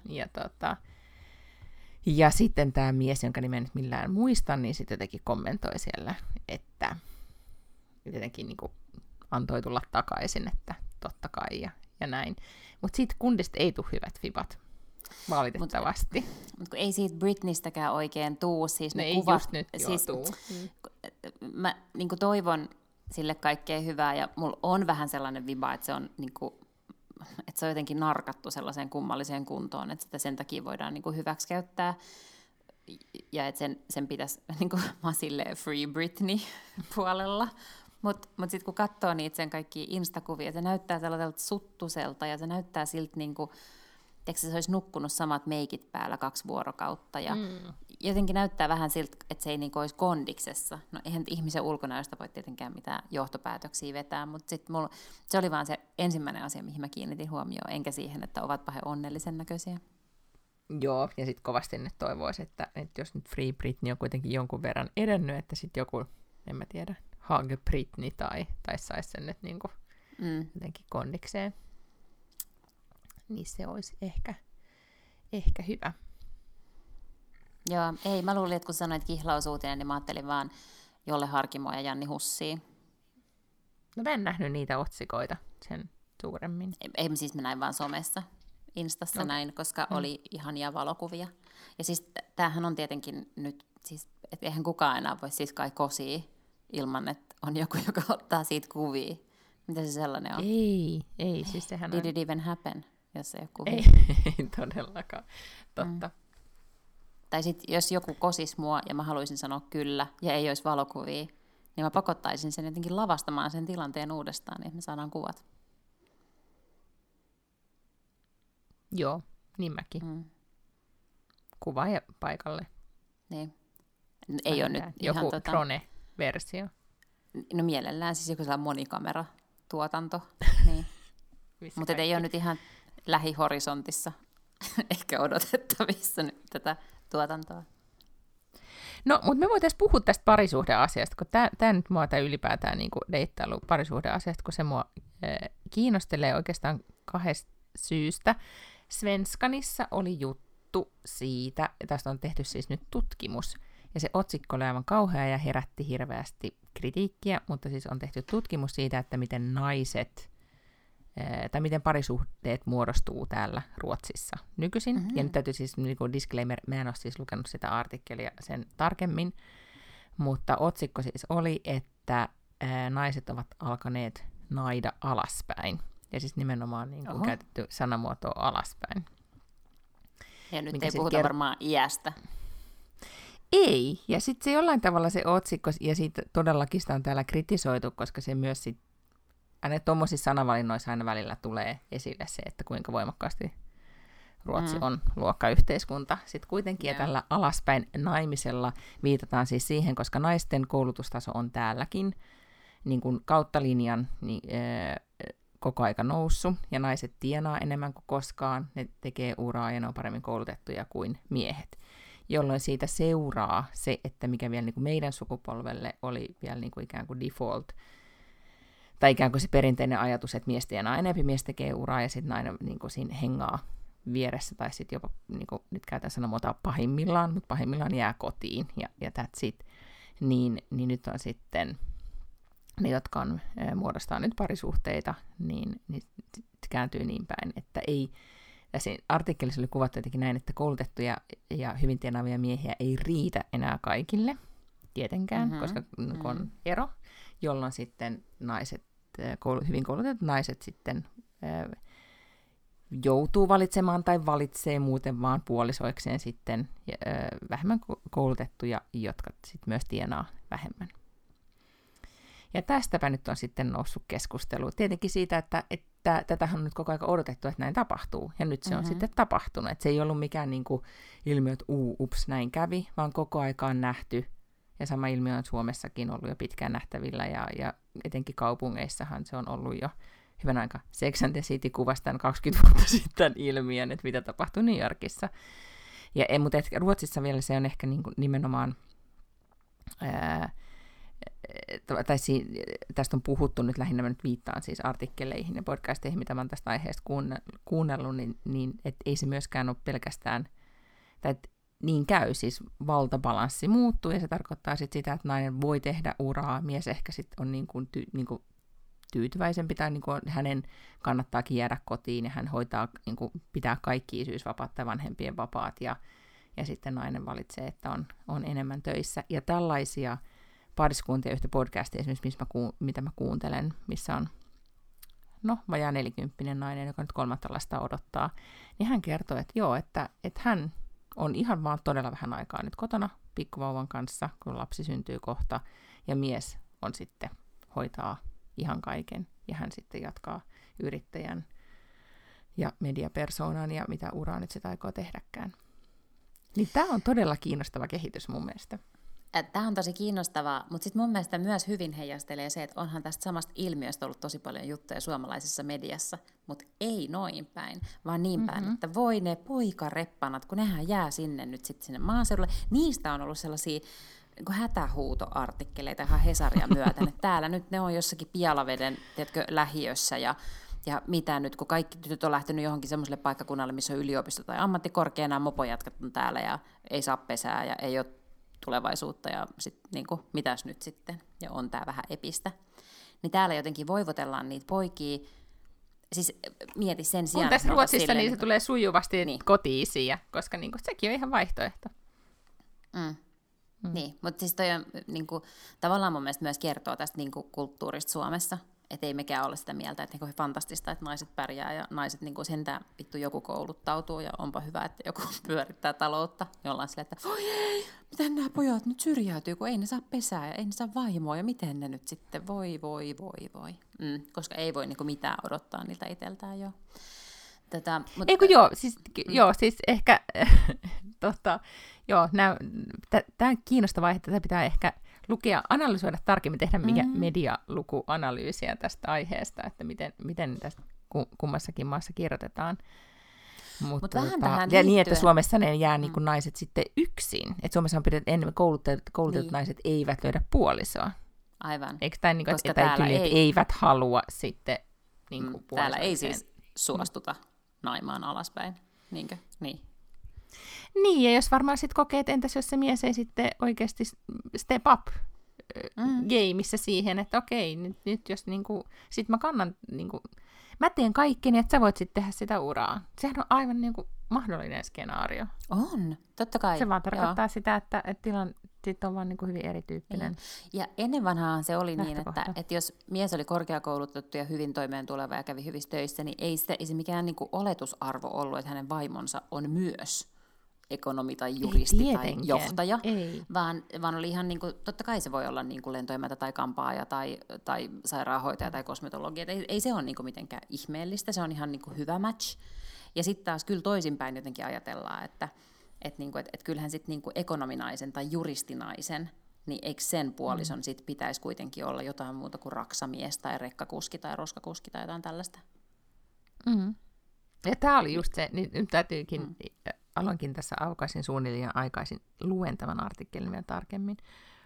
Ja sitten tämä mies, jonka nimen nyt millään muista, niin sitten jotenkin kommentoi siellä, että jotenkin niin kuin antoi tulla takaisin, että totta kai ja näin. Mutta siitä kundista ei tule hyvät fibat, valitettavasti. Mutta kun ei siitä Britneystäkään oikein tuu. Siis ne kuvat, just nyt siis, tuu. Mä niin kuin toivon sille kaikkea hyvää, ja mulla on vähän sellainen viba, että se on, niin kuin, että se on jotenkin narkattu sellaiseen kummalliseen kuntoon, että sitä sen takia voidaan niin kuin hyväksikäyttää. Ja että sen pitäisi, niin kuin mä oon silleen Free Britney puolella. Mutta sitten kun katsoo niitä sen kaikkia instakuvia, se näyttää sellaiselta suttuselta ja se näyttää siltä, niin kuin, se olisi nukkunut samat meikit päällä 2 vuorokautta. Ja jotenkin näyttää vähän siltä, että se ei niin kuin olisi kondiksessa. No eihän ihmisen ulkonäöstä voi tietenkään mitään johtopäätöksiä vetää, mutta sitten se oli vaan se ensimmäinen asia, mihin mä kiinnitin huomioon, enkä siihen, että ovatpa he onnellisen näköisiä. Joo, ja sitten kovasti nyt toivoisi, että jos nyt Free Britney on kuitenkin jonkun verran edennyt, että sitten joku, en mä tiedä, Hug Britney tai saisi sen nyt niinku jotenkin kondikseen. Niin se olisi ehkä hyvä. Joo, ei, mä luulin, että kun sanoit kihlausuutinen, niin mä ajattelin vaan Jolle Harkimoa ja Janni Hussia. No mä en nähnyt niitä otsikoita sen suuremmin. Ei siis mä näin vaan somessa, Instassa näin, koska oli ihania valokuvia. Ja siis tämähän on tietenkin nyt, siis että eihän kukaan enää voi siis kai kosia ilman, että on joku, joka ottaa siitä kuvia. Mitä se sellainen on? Ei, siis sehän Did it even happen, jos ei ole kuvia? Ei todellakaan, totta. Tai sitten jos joku kosis mua ja mä haluaisin sanoa kyllä ja ei olisi valokuvia, niin mä pakottaisin sen jotenkin lavastamaan sen tilanteen uudestaan, niin me saadaan kuvat. Joo, niin mäkin. Kuvaaja paikalle. Niin. Ei ole nyt joku ihan drone-versio. No mielellään siis joku sellainen monikameratuotanto. Niin. Mutta ei ole nyt ihan lähihorisontissa ehkä odotettavissa nyt tätä tuotantoa. No, mutta me voitaisiin puhua tästä parisuhdeasiasta, kun tämä nyt mua tai ylipäätään niin deittailu parisuhdeasiasta, kun se mua kiinnostelee oikeastaan 2 syystä. Svenskanissa oli juttu siitä, ja tästä on tehty siis nyt tutkimus, ja se otsikko oli aivan kauhea ja herätti hirveästi kritiikkiä, mutta siis on tehty tutkimus siitä, että miten miten parisuhteet muodostuu täällä Ruotsissa nykyisin. Mm-hmm. Ja nyt täytyy siis, niin kuin disclaimer, mä en ole siis lukenut sitä artikkelia sen tarkemmin, mutta otsikko siis oli, että naiset ovat alkaneet naida alaspäin. Ja siis nimenomaan niin kuin käytetty sanamuotoa alaspäin. Ja nyt ei puhuta varmaan iästä. Ei, ja sitten se jollain tavalla se otsikko, ja siitä todellakin sitä on täällä kritisoitu, koska se myös sitten aina tuommoisissa sanavalinnoissa aina välillä tulee esille se, että kuinka voimakkaasti Ruotsi on luokkayhteiskunta. Sitten kuitenkin ja tällä alaspäin naimisella viitataan siis siihen, koska naisten koulutustaso on täälläkin niin kuin kautta linjan koko aika noussut, ja naiset tienaa enemmän kuin koskaan, ne tekee uraa ja ne on paremmin koulutettuja kuin miehet. Jolloin siitä seuraa se, että mikä vielä niin kuin meidän sukupolvelle oli vielä niin kuin ikään kuin default, tai ikään kuin se perinteinen ajatus, että mies tienaa enemmän, mies tekee uraa ja sitten nainen niin kuin siinä hengaa vieressä, tai sitten jopa, niin kuin nyt käytän sanamuotoa pahimmillaan, mutta pahimmillaan jää kotiin, ja that's it. Niin nyt on sitten ne, jotka muodostaa nyt parisuhteita, niin kääntyy niin päin, että ei. Tässä artikkelissa oli kuvattu jotenkin näin, että koulutettuja ja hyvin tienaavia miehiä ei riitä enää kaikille, tietenkään, koska on ero, jolloin sitten hyvin koulutetut naiset sitten joutuu valitsemaan tai valitsee muuten vaan puolisoikseen sitten vähemmän koulutettuja, jotka sitten myös tienaa vähemmän. Ja tästäpä nyt on sitten noussut keskustelu. Tietenkin siitä, että tätähän on nyt koko ajan odotettu, että näin tapahtuu. Ja nyt se on sitten tapahtunut. Että se ei ollut mikään niin kuin ilmiö, että ups, näin kävi, vaan koko aikaan nähty. Ja sama ilmiö on Suomessakin ollut jo pitkään nähtävillä. Ja etenkin kaupungeissahan se on ollut jo hyvän aika Sex and the City kuvasi tämän 20 vuotta sitten ilmiön, että mitä tapahtui New Yorkissa. Mutta Ruotsissa vielä se on ehkä niin kuin nimenomaan tästä on puhuttu nyt lähinnä, mä nyt viittaan siis artikkeleihin ja podcasteihin, mitä mä oon tästä aiheesta kuunnellut, niin et ei se myöskään ole pelkästään, tai niin käy, siis valtabalanssi muuttuu, ja se tarkoittaa sit sitä, että nainen voi tehdä uraa, mies ehkä sitten on niin kuin tyytyväisempi, tai niin kuin hänen kannattaakin jäädä kotiin, ja hän hoitaa, niin kuin pitää kaikki isyysvapaat tai vanhempien vapaat, ja sitten nainen valitsee, että on enemmän töissä, ja tällaisia pariskuntia yhtä podcastia esimerkiksi, mitä mä kuuntelen, missä on vajaa 40 nainen, joka nyt 3. lasta odottaa, niin hän kertoo, että joo, että hän on ihan vaan todella vähän aikaa nyt kotona pikkuvauvan kanssa, kun lapsi syntyy kohta, ja mies on sitten hoitaa ihan kaiken, ja hän sitten jatkaa yrittäjän ja mediapersoonan ja mitä uraa nyt sitä aikoo tehdäkään. Niin tämä on todella kiinnostava kehitys mun mielestä. Tämä on tosi kiinnostavaa, mutta sitten mun mielestä myös hyvin heijastelee se, että onhan tästä samasta ilmiöstä ollut tosi paljon juttuja suomalaisessa mediassa, mutta ei noin päin, vaan niin päin, että voi ne poikareppanat, kun nehän jää sinne nyt sitten sinne maaseudulle. Niistä on ollut sellaisia niin hätähuutoartikkeleita ihan Hesaria myöten, että täällä nyt ne on jossakin Pialaveden, tiedätkö, lähiössä ja mitä nyt, kun kaikki tytöt on lähtenyt johonkin semmoiselle paikkakunnalle, missä on yliopisto tai ammattikorkea, nämä mopojatkat on täällä ja ei saa pesää ja ei ole tulevaisuutta ja sitten niinku, mitäs nyt sitten, ja on tää vähän epistä. Niin täällä jotenkin voivotellaan niitä poikia, siis mieti sen sijaan. On tässä Ruotsissa niin se tulee sujuvasti kotiin, koska niinku, sekin on ihan vaihtoehto. Niin, mutta siis toi on, niinku, tavallaan mun mielestä myös kertoo tästä niinku, kulttuurista Suomessa, että ei mekään ole sitä mieltä, että niinku, fantastista, että naiset pärjää ja naiset niinku, sentään vittu joku kouluttautuu ja onpa hyvä, että joku pyörittää taloutta. Jollain silleen, että voi ei, miten nämä pojat nyt syrjäytyy, kun ei ne saa pesää ja ei ne saa vaimoa ja miten ne nyt sitten, voi. Koska ei voi niinku, mitään odottaa niiltä itseltään jo. Siis ehkä, tämä on kiinnostava aihe, tätä pitää ehkä lukea, analysoida tarkemmin, tehdä medialukuanalyysiä tästä aiheesta, että miten tästä kummassakin maassa kirjoitetaan. Mutta vähän tähän ja liittyen... niin, että Suomessa ne jää niin kuin naiset sitten yksin. Että Suomessa on pidetty enemmän koulutetut naiset eivät löydä puolisoa. Aivan. Eikö tämä niin kuin, Koska että eivät halua sitten niin kuin täällä ei siis suostuta naimaan alaspäin, niinkö? Niin. Niin, ja jos varmaan sitten kokee, että entäs jos se mies ei sitten oikeasti step up gameissa siihen, että okei, nyt jos niinku, sit mä kannan, niinku, mä teen kaikkeni, että sä voit sitten tehdä sitä uraa. Sehän on aivan niinku mahdollinen skenaario. On, totta kai. Se vaan tarkoittaa sitä, että tilanne on vaan niinku hyvin erityyppinen. Ja ennen vanhaan se oli niin, että jos mies oli korkeakoulutettu ja hyvin toimeentuleva ja kävi hyvissä töissä, niin ei se mikään niinku oletusarvo ollut, että hänen vaimonsa on myös ekonomi tai juristi tai johtaja, vaan oli ihan niin kuin, totta kai se voi olla niin kuin lentoemäntä tai kampaaja tai sairaanhoitaja tai kosmetologi, ei se ole niin kuin mitenkään ihmeellistä, se on ihan niin kuin hyvä match. Ja sitten taas kyllä toisinpäin jotenkin ajatellaan, että kyllähän sitten niin kuin ekonominaisen tai juristinaisen, niin eikö sen puolison sit pitäisi kuitenkin olla jotain muuta kuin raksamies tai rekkakuski tai roskakuski tai jotain tällaista. Mm. Ja tämä oli just se, nyt täytyykin... Aloinkin tässä aukaisin suunnilleen aikaisin luen tämän artikkelin vielä tarkemmin.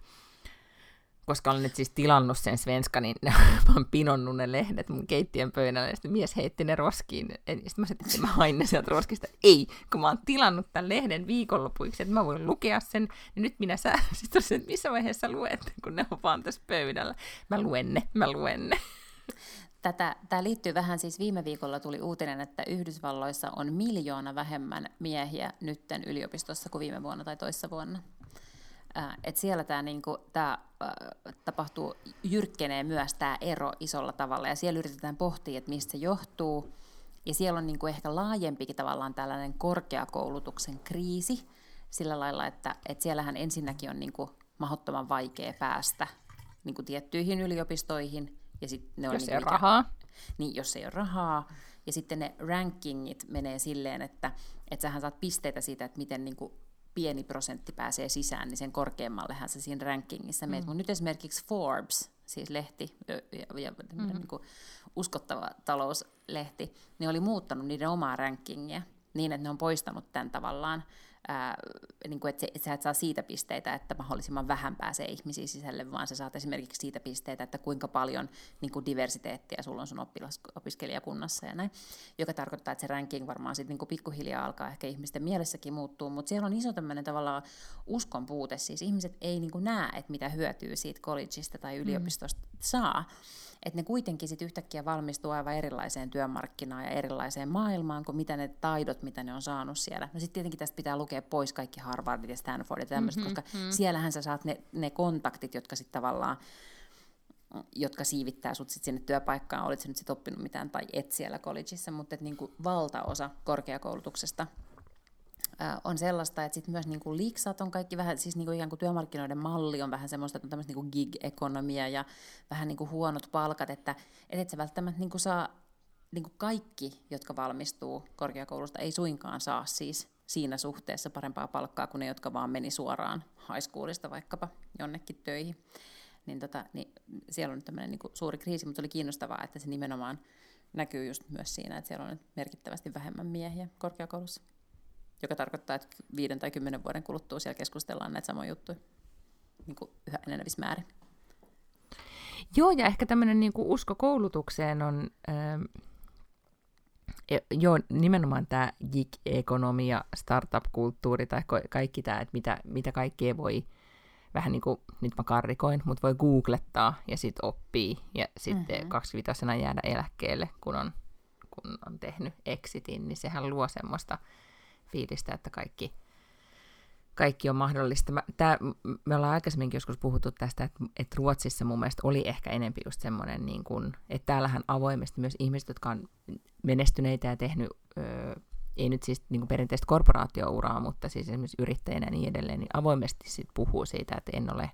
Koska olen nyt siis tilannut sen Svenska, niin mä oon pinonnut ne lehdet mun keittiön pöydälle, ja sitten mies heitti ne roskiin. Ja sitten mä sanoin, että mä hain ne sieltä roskista. Ei, kun mä oon tilannut tämän lehden viikonlopuiksi, että mä voin lukea sen, niin nyt minä sitten että missä vaiheessa luet, kun ne on vaan tässä pöydällä. Mä luen ne. Tämä liittyy vähän, siis viime viikolla tuli uutinen, että Yhdysvalloissa on 1 miljoona vähemmän miehiä nytten yliopistossa kuin viime vuonna tai toissa vuonna. Et siellä tämä tapahtuu, jyrkkenee myös tämä ero isolla tavalla, ja siellä yritetään pohtia, että mistä se johtuu. Ja siellä on niinku ehkä laajempikin tavallaan tällainen korkeakoulutuksen kriisi sillä lailla, että siellähän ensinnäkin on niinku mahdottoman vaikea päästä niinku tiettyihin yliopistoihin. Ja sit ne on jos ei ole rahaa. Niin, jos ei ole rahaa. Ja sitten ne rankingit menee silleen, että sähän saat pisteitä siitä, että miten niin kuin pieni prosentti pääsee sisään, niin sen korkeammallehan se siinä rankingissa meet. Mutta nyt esimerkiksi Forbes, siis lehti ja niin kuin uskottava talouslehti, ne oli muuttanut niiden omaa rankingia niin, että ne on poistanut tämän tavallaan, niin kuin, että sä et saa siitä pisteitä, että mahdollisimman vähän pääsee ihmisiä sisälle, vaan sä saat esimerkiksi siitä pisteitä, että kuinka paljon niin kuin diversiteettiä sulla on sun opiskelijakunnassa ja näin, joka tarkoittaa, että se ranking varmaan sitten niin kuin pikkuhiljaa alkaa ehkä ihmisten mielessäkin muuttuu, mutta siellä on iso tämmöinen tavallaan uskon puute, siis ihmiset ei niin kuin näe, että mitä hyötyä siitä collegeista tai yliopistosta saa, että ne kuitenkin sitten yhtäkkiä valmistuu aivan erilaiseen työmarkkinaan ja erilaiseen maailmaan kuin mitä ne taidot, mitä ne on saanut siellä. No sitten tietenkin tästä pitää lukea pois kaikki Harvardit ja Stanfordit ja tämmöiset, koska siellähän sä saat ne kontaktit, jotka sitten tavallaan, jotka siivittää sut sit sinne työpaikkaan, olit sä nyt sit oppinut mitään tai et siellä collegeissa, mutta niinku valtaosa korkeakoulutuksesta on sellaista, että sitten myös niinku liksat on kaikki vähän, siis niinku ikään kuin työmarkkinoiden malli on vähän semmoista, että on tämmöistä niinku gig-ekonomia ja vähän niinku huonot palkat, että et sä välttämättä niinku saa, niinku kaikki, jotka valmistuu korkeakoulusta, ei suinkaan saa siis siinä suhteessa parempaa palkkaa kuin ne, jotka vaan meni suoraan high schoolista vaikkapa jonnekin töihin. Niin siellä on nyt tämmöinen niinku suuri kriisi, mutta oli kiinnostavaa, että se nimenomaan näkyy just myös siinä, että siellä on nyt merkittävästi vähemmän miehiä korkeakoulussa. Joka tarkoittaa, että 5 tai 10 vuoden kuluttua siellä keskustellaan näitä samoja juttuja niin kuin yhä enenevissä määrin. Joo, ja ehkä tämmöinen niin kuin usko koulutukseen on nimenomaan tämä gig-ekonomia, startup-kulttuuri tai kaikki tämä, että mitä kaikkea voi, vähän niin kuin, nyt mä karrikoin, mutta voi googlettaa ja sitten oppii ja sitten 25-vuotiaana jäädä eläkkeelle, kun on tehnyt exitin, niin sehän luo semmoista fiilistä, että kaikki on mahdollista. Me ollaan aikaisemminkin joskus puhuttu tästä, että Ruotsissa mun mielestä oli ehkä enemmän just semmoinen, niin kuin, että täällähän avoimesti myös ihmiset, jotka on menestyneitä ja tehnyt, ei nyt siis niin kuin perinteistä korporaatiouraa, mutta siis esimerkiksi yrittäjänä ja niin edelleen, niin avoimesti sit puhuu siitä, että en ole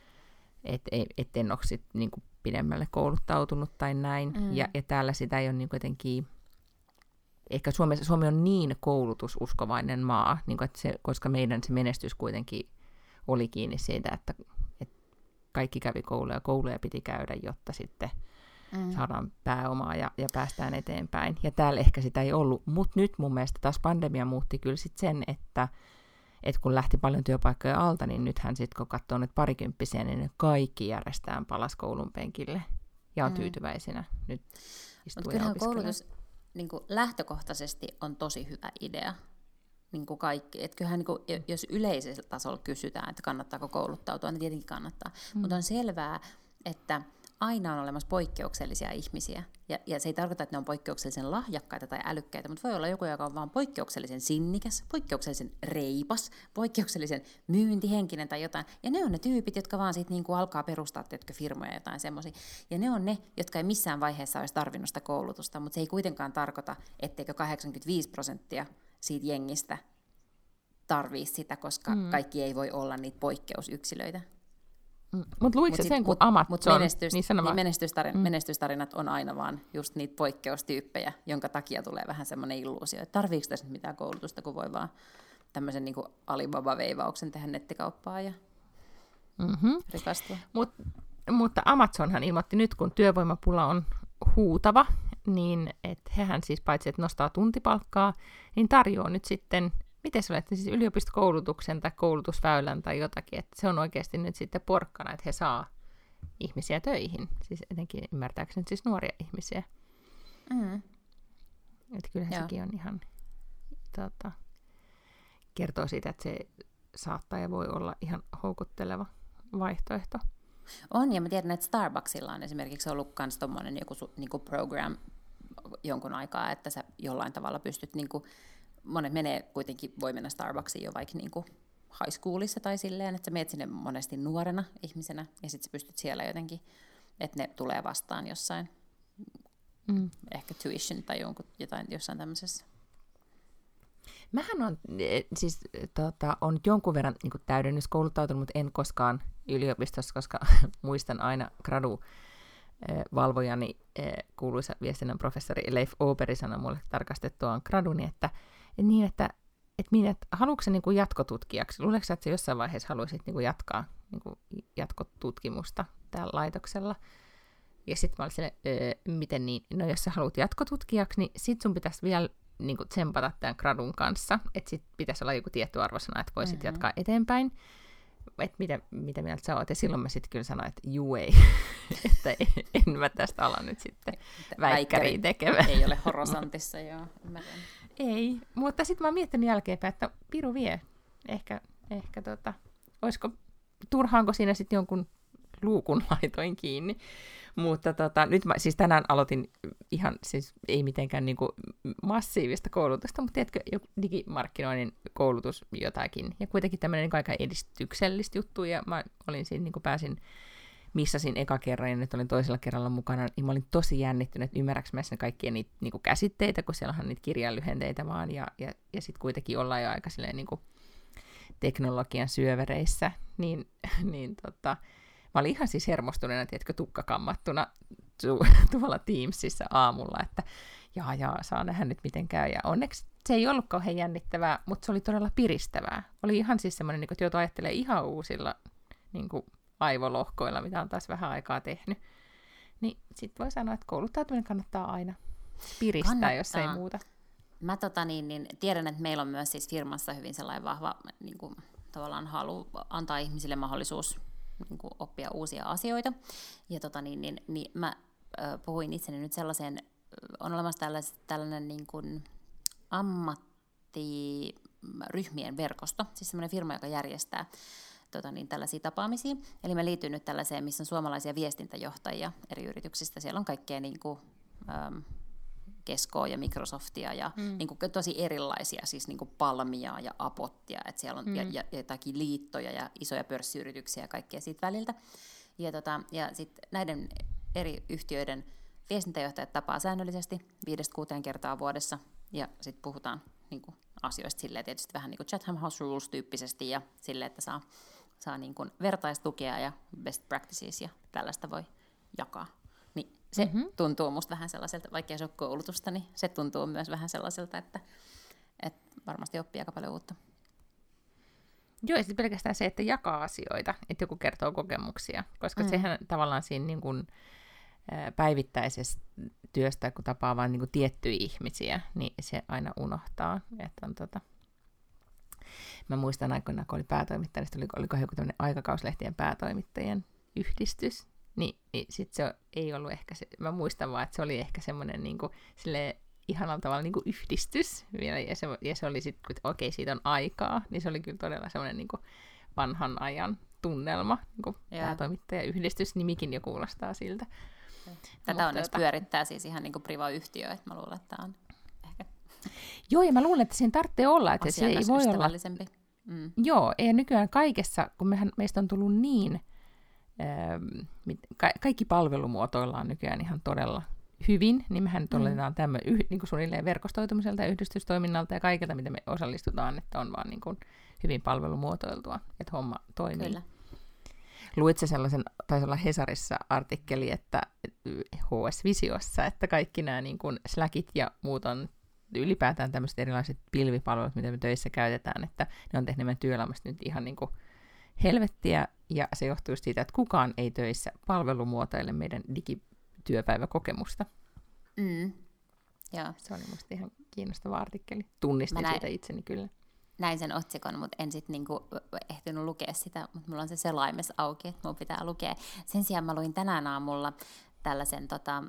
sit niin kuin pidemmälle kouluttautunut tai näin. Ja täällä sitä ei ole niin jotenkin... Ehkä Suomi on niin koulutususkovainen maa, niin kuin, että koska meidän se menestys kuitenkin oli kiinni siitä, että kaikki kävi kouluja piti käydä, jotta sitten saadaan pääomaa ja päästään eteenpäin. Ja täällä ehkä sitä ei ollut, mutta nyt mun mielestä taas pandemia muutti kyllä sit sen, että kun lähti paljon työpaikkoja alta, niin nythän sitten kun katsoo nyt parikymppisiä, niin ne kaikki järjestään palas koulun penkille ja on tyytyväisenä. Nyt mutta kyllähän koulutus niin kuin lähtökohtaisesti on tosi hyvä idea. Niin kuin kaikki. Et kyllähän, niin kuin, jos yleisellä tasolla kysytään, että kannattaako kouluttautua, niin tietenkin kannattaa. Mutta on selvää, että aina on olemassa poikkeuksellisia ihmisiä. Ja se ei tarkoita, että ne on poikkeuksellisen lahjakkaita tai älykkäitä, mutta voi olla joku, joka on vaan poikkeuksellisen sinnikäs, poikkeuksellisen reipas, poikkeuksellisen myyntihenkinen tai jotain. Ja ne on ne tyypit, jotka vaan siitä niin kuin alkaa perustaa firmoja jotain semmoisia. Ja ne on ne, jotka ei missään vaiheessa olisi tarvinnut sitä koulutusta, mutta se ei kuitenkaan tarkoita, etteikö 85% siitä jengistä tarvii sitä, koska kaikki ei voi olla niitä poikkeusyksilöitä. Mutta luitko sen, kun Amazon, menestystarinat on aina vaan just niitä poikkeustyyppejä, jonka takia tulee vähän semmoinen illuusio, että tarviiko tässä nyt mitään koulutusta, kun voi vaan tämmöisen niin kuin Alibaba-veivauksen tehdä nettikauppaa ja rikastua. Mutta Amazonhan ilmoitti nyt, kun työvoimapula on huutava, niin että hehän siis paitsi, että nostaa tuntipalkkaa, niin tarjoaa nyt sitten, miten se olette, siis yliopistokoulutuksen tai koulutusväylän tai jotakin, että se on oikeasti nyt sitten porkkana, että he saa ihmisiä töihin, siis etenkin ymmärtääkseni siis nuoria ihmisiä. Että kyllähän sekin on ihan, kertoo siitä, että se saattaa ja voi olla ihan houkutteleva vaihtoehto. On, ja mä tiedän, että Starbucksilla on esimerkiksi ollut myös tommoinen joku niinku program jonkun aikaa, että sä jollain tavalla pystyt, niinku, monet voi mennä Starbucksiin jo vaikka niinku high schoolissa tai silleen, että sä meet sinne monesti nuorena ihmisenä, ja sit sä pystyt siellä jotenkin, että ne tulee vastaan jossain, ehkä tuition tai jossain tämmöisessä. Mähän on, siis, on jonkun verran niin kuin täydennyskouluttautunut, mutta en koskaan yliopistossa, koska muistan aina graduvalvojani, kuuluisa viestinnän professori Leif Åberg sanoi mulle tarkastettuaan graduni, että haluatko sä niin kuin jatkotutkijaksi? Luuletko sä, että sä jossain vaiheessa haluaisit niin kuin jatkaa niin kuin jatkotutkimusta täällä laitoksella? Ja sitten mä olin silleen, miten niin? No jos sä haluat jatkotutkijaksi, niin sit sun pitäisi vielä niin kuin tsempata tämän gradun kanssa, että sit pitäisi olla joku tietty arvosana, että voisit jatkaa eteenpäin. Että mitä mieltä sä oot? Ja silloin mä sitten kyllä sanoin, että juu ei, että en mä tästä ala nyt sitten väikkäriä tekemään. Ei ole horosantissa, joo. Ymmärrän. Ei, mutta sitten mä oon miettinyt jälkeenpäin, että piru vie. Ehkä olisiko, turhaanko siinä sitten jonkun luukun laitoin kiinni. Mutta nyt mä siis tänään aloitin ihan, siis ei mitenkään niinku massiivista koulutusta, mutta tiedätkö, joku digimarkkinoinnin koulutus jotakin. Ja kuitenkin tämmöinen niin aika edistyksellistä juttu, ja mä olin siinä, niin missasin eka kerran, ja nyt olin toisella kerralla mukana, niin mä olin tosi jännittynyt, että ymmärräks mä sen kaikkia niitä niin käsitteitä, kun siellä on niitä kirjanlyhenteitä vaan, ja sitten kuitenkin ollaan jo aika silleen niin teknologian syövereissä, niin mä olin ihan siis hermostuneena, tiedätkö, tukkakammattuna tuolla Teamsissa aamulla, että saa nähdä nyt miten käy. Ja onneksi se ei ollut kauhean jännittävää, mutta se oli todella piristävää. Oli ihan siis semmoinen, että joutui ajattelemaan ihan uusilla niin kuin aivolohkoilla, mitä on taas vähän aikaa tehnyt. Niin sitten voi sanoa, että kouluttautuminen kannattaa aina piristää, jos ei muuta. Mä tiedän, että meillä on myös siis firmassa hyvin sellainen vahva niin kuin, tavallaan halu antaa ihmisille mahdollisuus niin kuin oppia uusia asioita. Ja mä puhuin itseni nyt sellaiseen, on olemassa tällainen niin kuin ammattiryhmien verkosto, siis sellainen firma, joka järjestää tällaisia tapaamisia. Eli mä liityin nyt tällaiseen, missä on suomalaisia viestintäjohtajia eri yrityksistä. Siellä on kaikkea niin kuin, Keskoa ja Microsoftia ja niin kuin tosi erilaisia, siis niin kuin Palmia ja Apottia, että siellä on ja jotakin liittoja ja isoja pörssiyrityksiä ja kaikkea siitä väliltä. Ja sitten näiden eri yhtiöiden viestintäjohtajat tapaa säännöllisesti 5-6 kertaa vuodessa, ja sitten puhutaan niin kuin asioista silleen tietysti vähän niin kuin Chatham House Rules-tyyppisesti, ja silleen, että saa niin kuin vertaistukea ja best practices, ja tällaista voi jakaa. Niin se tuntuu musta vähän sellaiselta, vaikka se ole koulutusta, niin se tuntuu myös vähän sellaiselta, että varmasti oppii aika paljon uutta. Joo, ja sitten pelkästään se, että jakaa asioita, että joku kertoo kokemuksia, koska sehän tavallaan siinä niin kuin, päivittäisestä työstä, kun tapaa vain niin kuin tiettyjä ihmisiä, niin se aina unohtaa. Että on, mä muistan aikoinaan, kun oli päätoimittaja, niin oliko joku tämmöinen aikakauslehtien päätoimittajien yhdistys, niin sit se ei ollut ehkä se, mä muistan vaan, että se oli ehkä semmoinen niin kuin, ihanalla tavalla niin kuin yhdistys vielä, ja se oli sitten, että okei, siitä on aikaa, niin se oli kyllä todella semmoinen niin kuin vanhan ajan tunnelma, niin kuin päätoimittajayhdistys, nimikin jo kuulostaa siltä. Tätä onneksi pyörittää siis ihan niin kuin priva-yhtiö, että mä luulen, että tämä on ehkä joo, ja mä luulen, että siinä tarvitsee olla, että se ei voi olla. Joo, ja nykyään kaikessa, kun meistä on tullut niin, kaikki palvelumuotoillaan nykyään ihan todella hyvin, niin mehän nyt oletetaan tämmöinen niin kuin suunnilleen verkostoitumiselta ja yhdistystoiminnalta ja kaikilta, mitä me osallistutaan, että on vaan niin kuin hyvin palvelumuotoiltua, että homma toimii. Kyllä. Luitko sellaisen, taisi olla Hesarissa artikkeli, että HS-visiossa, että kaikki nämä niin kuin Slackit ja muut on ylipäätään tämmöiset erilaiset pilvipalvelut, mitä me töissä käytetään, että ne on tehnyt meidän työelämästä nyt ihan niin kuin helvettiä, ja se johtuu siitä, että kukaan ei töissä palvelumuotoile meidän digityöpäiväkokemusta. Joo. Se oli musta ihan kiinnostava artikkeli. Tunnistin siitä itseni kyllä. Näin sen otsikon, mutta en sitten niinku ehtinyt lukea sitä, mutta mulla on se selaimes auki, että mun pitää lukea. Sen sijaan mä luin tänään aamulla tällaisen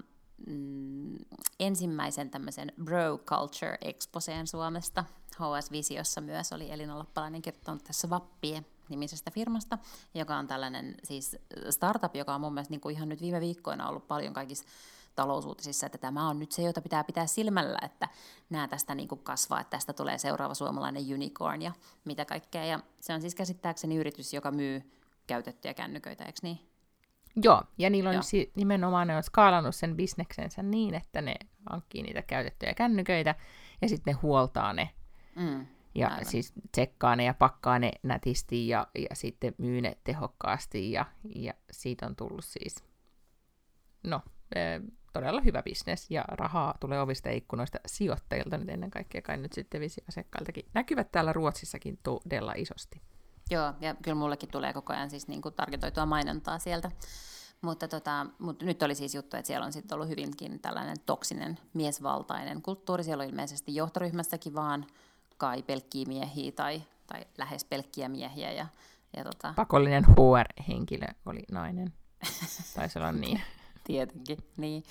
ensimmäisen tämmöisen Bro Culture Exposeen Suomesta. HS-visiossa myös oli Elina Lappalainen kertonut tässä Vappie-nimisestä firmasta, joka on tällainen siis startup, joka on mun mielestä niinku ihan nyt viime viikkoina ollut paljon kaikissa talousuutisissa, että tämä on nyt se, jota pitää pitää silmällä, että nämä tästä niin kuin kasvaa, että tästä tulee seuraava suomalainen unicorn ja mitä kaikkea. Ja se on siis käsittääkseni yritys, joka myy käytettyjä kännyköitä, eikö niin? Joo, ja niillä on nimenomaan, ne on skaalannut sen bisneksensä niin, että ne hankkii niitä käytettyjä kännyköitä ja sitten ne huoltaa ne. Ja aivan. Siis tsekkaa ne ja pakkaa ne nätisti ja sitten myy ne tehokkaasti ja siitä on tullut siis, todella hyvä bisnes, ja rahaa tulee ovista ja ikkunoista sijoittajilta nyt ennen kaikkea, kai nyt sitten visiasiakkailtakin. Näkyvät täällä Ruotsissakin todella isosti. Joo, ja kyllä mullekin tulee koko ajan siis niin kuin targetoitua mainontaa sieltä. Mutta nyt oli siis juttu, että siellä on sitten ollut hyvinkin tällainen toksinen miesvaltainen kulttuuri. Siellä on ilmeisesti johtoryhmässäkin vaan kai pelkkiä miehiä tai lähes pelkkiä miehiä. Pakollinen HR-henkilö oli nainen. Taisi olla niin. Tietenkin, niin.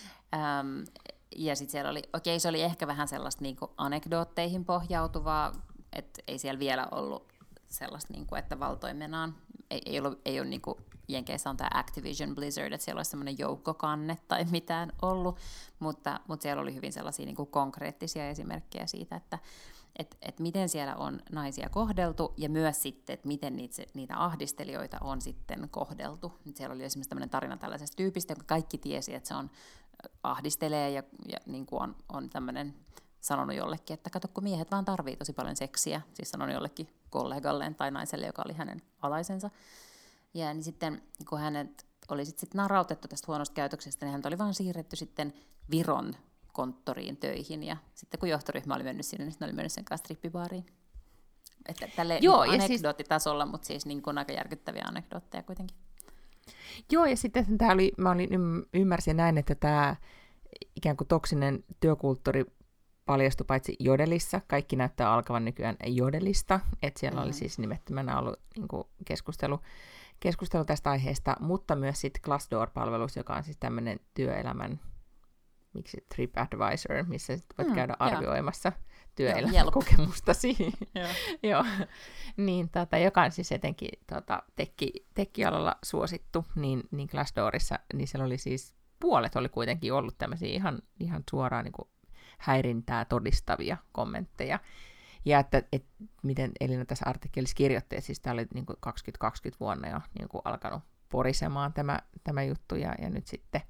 Ja sitten siellä oli, se oli ehkä vähän sellaista niinku anekdootteihin pohjautuvaa, että ei siellä vielä ollut sellaista, niinku, että valtoimenaan, ei ole niinku, Jenkeissä on tämä Activision Blizzard, että siellä olisi semmoinen joukkokanne tai mitään ollut, mutta siellä oli hyvin sellaisia niinku konkreettisia esimerkkejä siitä, että miten siellä on naisia kohdeltu ja myös sitten, että miten niitä ahdistelijoita on sitten kohdeltu. Siellä oli esimerkiksi tämmöinen tarina tällaisesta tyypistä, jonka kaikki tiesi, että se on ahdistelee ja niin kuin on tämmöinen sanonut jollekin, että kato, kun miehet vaan tarvii tosi paljon seksiä, siis sanonut jollekin kollegalleen tai naiselle, joka oli hänen alaisensa. Ja niin sitten, kun hänet oli sitten narautettu tästä huonosta käytöksestä, niin häntä oli vaan siirretty sitten Viron konttoriin töihin, ja sitten kun johtoryhmä oli mennyt sinne, niin ne oli mennyt sen kanssa strippibaariin. Että tälleen niin anekdoottitasolla, mutta siis niin kuin aika järkyttäviä anekdootteja kuitenkin. Joo, ja sitten tämä oli, ymmärsin näin, että tämä ikään kuin toksinen työkulttuuri paljastui paitsi Jodelissa, kaikki näyttää alkavan nykyään Jodelista, että siellä oli siis nimettömänä ollut niin kuin keskustelu tästä aiheesta, mutta myös sitten Glassdoor-palvelus, joka on siis tämmöinen työelämän TripAdvisor, missä voit käydä arvioimassa työelämäkokemustasi. Joo. Niin, joka on siis etenkin tekkialalla suosittu, niin Glassdoorissa, niin siellä oli siis puolet oli kuitenkin ollut tämmöisiä ihan suoraan niin kuin häirintää todistavia kommentteja. Ja että miten Elina tässä artikkelissa kirjoitti, että siis tämä oli niin kuin 2020 vuonna jo niin kuin alkanut porisemaan tämä juttu, ja nyt sitten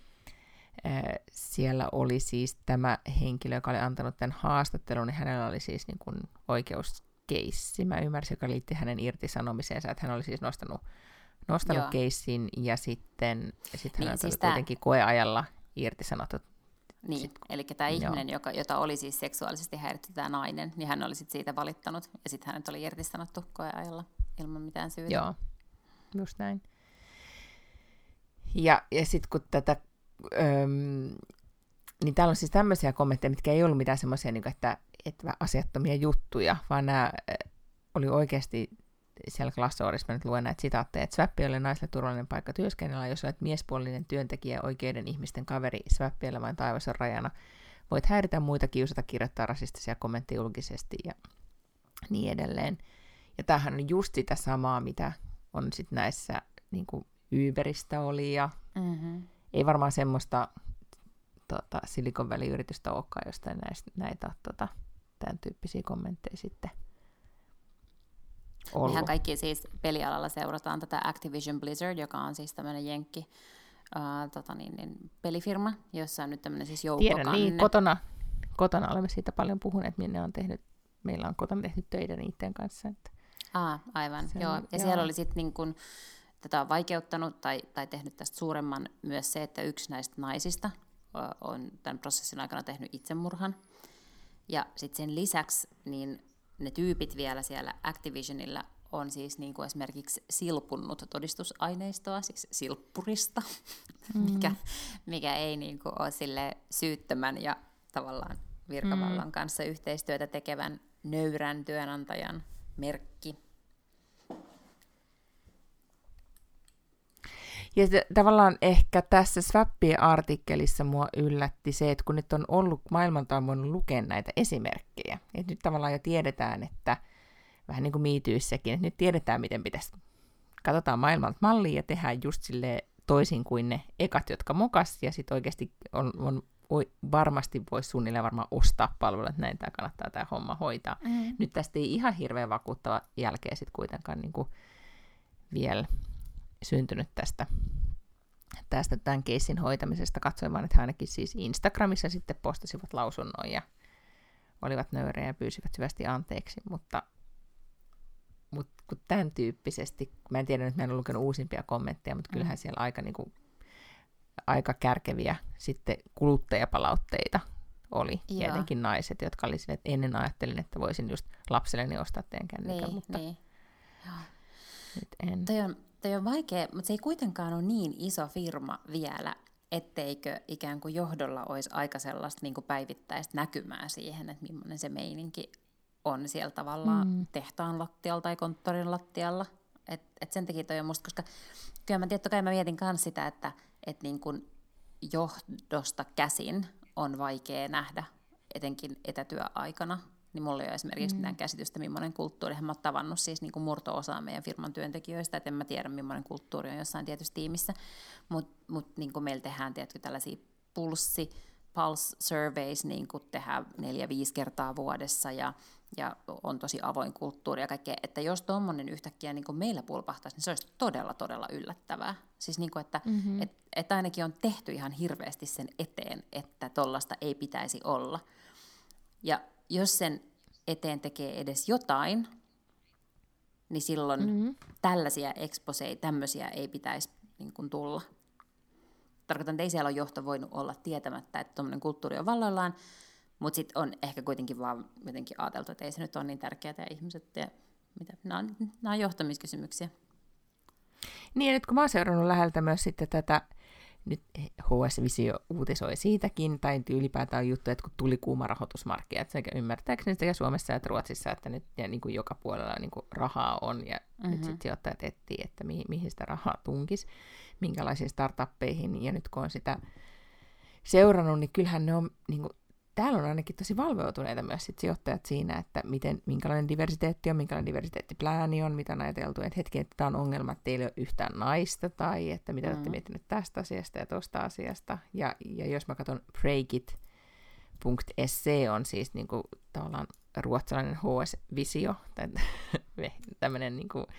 siellä oli siis tämä henkilö, joka oli antanut tämän haastattelun, niin hänellä oli siis niin kuin oikeuskeissi, mä ymmärsin, joka liitti hänen irtisanomiseensa, että hän oli siis nostanut keissin, ja sitten niin, hän siis oli kuitenkin koeajalla irtisanottu. Niin, eli tämä ihminen, jota oli siis seksuaalisesti häiritty tämä nainen, niin hän oli sitten siitä valittanut, ja sitten hänet oli irtisanottu koeajalla ilman mitään syytä. Joo, just näin. Ja sitten kun tätä niin täällä on siis tämmöisiä kommentteja, mitkä ei ollut mitään semmoisia, niin että asiattomia juttuja, vaan nämä oli oikeasti siellä Glassdoorissa, mä nyt luen näitä sitaatteja, että Swappi oli naisille turvallinen paikka työskennellä, jos olet miespuolinen työntekijä, oikeiden ihmisten kaveri, Swappiella vain taivas on rajana. Voit häiritä muita, kiusata, kirjoittaa rasistisia kommentteja julkisesti ja niin edelleen. Ja tämähän on just sitä samaa, mitä on sitten näissä niin kuin Uberistä oli, ja ei varmaan semmoista Silicon Valley-yritystä olekaan, josta näitä tämän tyyppisiä kommentteja sitten ollut. Mehän kaikki siis pelialalla seurataan tätä Activision Blizzard, joka on siis tämmöinen jenkki pelifirma, jossa on nyt tämmöinen siis joukkokanne. Tiedän, niin kotona olemme siitä paljon puhuneet, minne on tehnyt, meillä on kotona tehty töitä niiden kanssa. Että aivan, joo. Ja siellä oli sitten niin kun tätä vaikeuttanut tai tehnyt tästä suuremman myös se, että yksi näistä naisista on tämän prosessin aikana tehnyt itsemurhan. Ja sitten sen lisäksi niin ne tyypit vielä siellä Activisionilla on siis niin kuin esimerkiksi silpunnut todistusaineistoa, siis silppurista, mikä ei niin kuin ole sille syyttömän ja tavallaan virkavallan kanssa yhteistyötä tekevän nöyrän työnantajan merkki. Ja tavallaan ehkä tässä Swappi-artikkelissa mua yllätti se, että kun nyt on ollut, maailmalta on voinut lukea näitä esimerkkejä, että nyt tavallaan jo tiedetään, että vähän niin kuin miityissäkin, että nyt tiedetään, miten pitäisi, katsotaan maailmalta mallia ja tehdään just silleen toisin kuin ne ekat, jotka mokas, ja sitten oikeasti varmasti voisi suunnilleen varmaan ostaa palveluja, että näin tämä kannattaa tämä homma hoitaa. Nyt tästä ei ihan hirveän vakuuttava jälkeen sitten kuitenkaan niin kuin vielä syntynyt tästä tämän keissin hoitamisesta. Katsoin vaan, että he ainakin siis Instagramissa sitten postasivat lausunnon ja olivat nöyrejä ja pyysivät syvästi anteeksi, mutta kun tämän tyyppisesti, mä en tiedä, nyt mä en ole lukenut uusimpia kommentteja, mutta kyllähän siellä aika kärkeviä sitten kuluttajapalautteita oli. Ja etenkin naiset, jotka oli sille, että ennen ajattelin, että voisin just lapselleni ostaa teidän kännykän, mutta nyt en. Toi on vaikea, mutta se ei kuitenkaan ole niin iso firma vielä, etteikö ikään kuin johdolla olisi aika sellaista niin kuin päivittäistä näkymää siihen, että millainen se meininki on siellä tavallaan tehtaan lattialla tai konttorin lattialla. Et sen takia toi on musta, koska kyllä mä totta kai mä mietin myös sitä, että niin kuin johdosta käsin on vaikea nähdä, etenkin etätyöaikana, niin mulla ei ole esimerkiksi mitään käsitystä, millainen kulttuuri. Mä oon tavannut siis niin kuin murto-osaa meidän firman työntekijöistä, että en mä tiedä, millainen kulttuuri on jossain tietyssä tiimissä, mutta niin kuin meillä tehdään tällaisia pulse surveys, niin kuin tehdään 4-5 kertaa vuodessa, ja on tosi avoin kulttuuri ja kaikkea, että jos tuommoinen yhtäkkiä niin kuin meillä pulpahtaisi, niin se olisi todella, todella yllättävää. Siis niin kuin, että ainakin on tehty ihan hirveästi sen eteen, että tollaista ei pitäisi olla. Ja jos sen eteen tekee edes jotain, niin silloin tällaisia exposeja, tämmöisiä ei pitäisi niin kuin tulla. Tarkoitan, että ei siellä ole johto voinut olla tietämättä, että tuommoinen kulttuuri on valloillaan, mutta sitten on ehkä kuitenkin vaan jotenkin ajateltu, että ei se nyt ole niin tärkeää ja ihmiset ja mitä. Nämä on johtamiskysymyksiä. Niin, ja nyt kun mä oon seurannut läheltä myös sitten tätä, nyt HS Visio uutisoi siitäkin, tai ylipäätään juttu, että kun tuli kuuma rahoitusmarkkia, sekä ymmärtääkseni sekä Suomessa että Ruotsissa, että nyt ja niin kuin joka puolella niin kuin rahaa on, ja nyt sitten sijoittajat etsii, että mihin sitä rahaa tunkisi, minkälaisiin startuppeihin, ja nyt kun on sitä seurannut, niin kyllähän ne on, niin kuin, täällä on ainakin tosi valveutuneita myös sit sijoittajat siinä, että minkälainen diversiteetti on, minkälainen diversiteettiplääni on, mitä on ajateltu, että hetki, että tämä on ongelma, että teillä ei ole yhtään naista, tai että mitä olette miettineet tästä asiasta ja tuosta asiasta. Ja jos mä katson breakit.se on siis niin kuin, tavallaan ruotsalainen HS Visio, tai tämmöinen niin kuin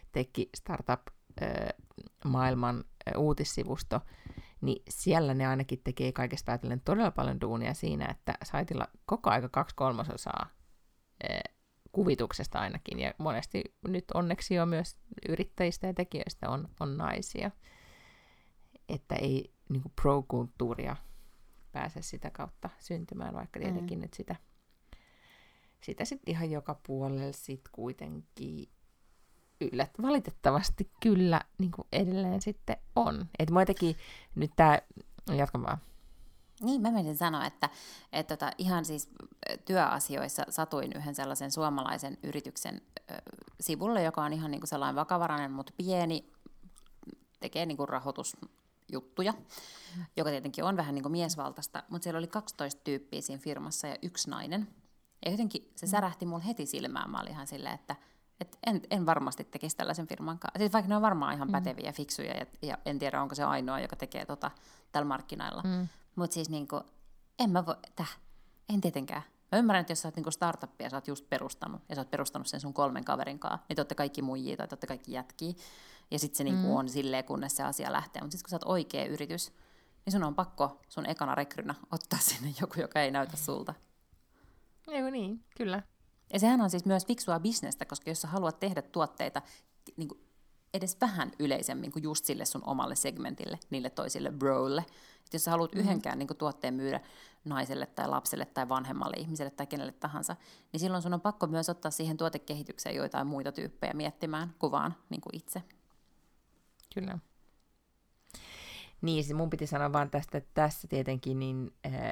tech-startup-maailman uutissivusto, niin siellä ne ainakin tekee kaikesta päätellen todella paljon duunia siinä, että saitilla koko aika 2/3 kuvituksesta ainakin, ja monesti nyt onneksi jo myös yrittäjistä ja tekijöistä on naisia, että ei niin kuin pro-kulttuuria pääse sitä kautta syntymään, vaikka tietenkin nyt sitä sitten ihan joka puolella sitten kuitenkin valitettavasti kyllä niin kuin edelleen sitten on. Että mua teki nyt tämä Jatka vaan. Niin, mä menisin sanoa, että ihan siis työasioissa satuin yhden sellaisen suomalaisen yrityksen sivulle, joka on ihan niin kuin sellainen vakavarainen, mutta pieni, tekee niin kuin rahoitusjuttuja, joka tietenkin on vähän niin kuin miesvaltaista, mutta siellä oli 12 tyyppiä siinä firmassa ja 1 nainen. Ja jotenkin se särähti mulle heti silmään. Mä olin ihan silleen, että en varmasti tekisi tällaisen firman kanssa. Siis vaikka ne on varmaan ihan päteviä, fiksuja, ja en tiedä, onko se ainoa, joka tekee tällä markkinoilla. Mutta siis niinku, en tietenkään. Mä ymmärrän, että jos sä oot niinku startup ja sä oot just perustanut, ja sä oot perustanut sen sun 3 kaverin kanssa, niin te ootte kaikki muijia tai te ootte kaikki jätkiä, ja sit se niinku on silleen, kunnes se asia lähtee. Mutta sit kun sä oot oikea yritys, niin sun on pakko sun ekana rekrynä ottaa sinne joku, joka ei näytä sulta. Joo niin, kyllä. Ja sehän on siis myös fiksua bisnestä, koska jos sä haluat tehdä tuotteita niin kuin edes vähän yleisemmin kuin just sille sun omalle segmentille, niille toisille broille, että jos sä haluat yhdenkään niin kuin tuotteen myydä naiselle tai lapselle tai vanhemmalle ihmiselle tai kenelle tahansa, niin silloin sun on pakko myös ottaa siihen tuotekehitykseen joitain muita tyyppejä miettimään kuin vaan niin kuin itse. Kyllä. Niin, mun piti sanoa vaan tästä, että tässä tietenkin, niin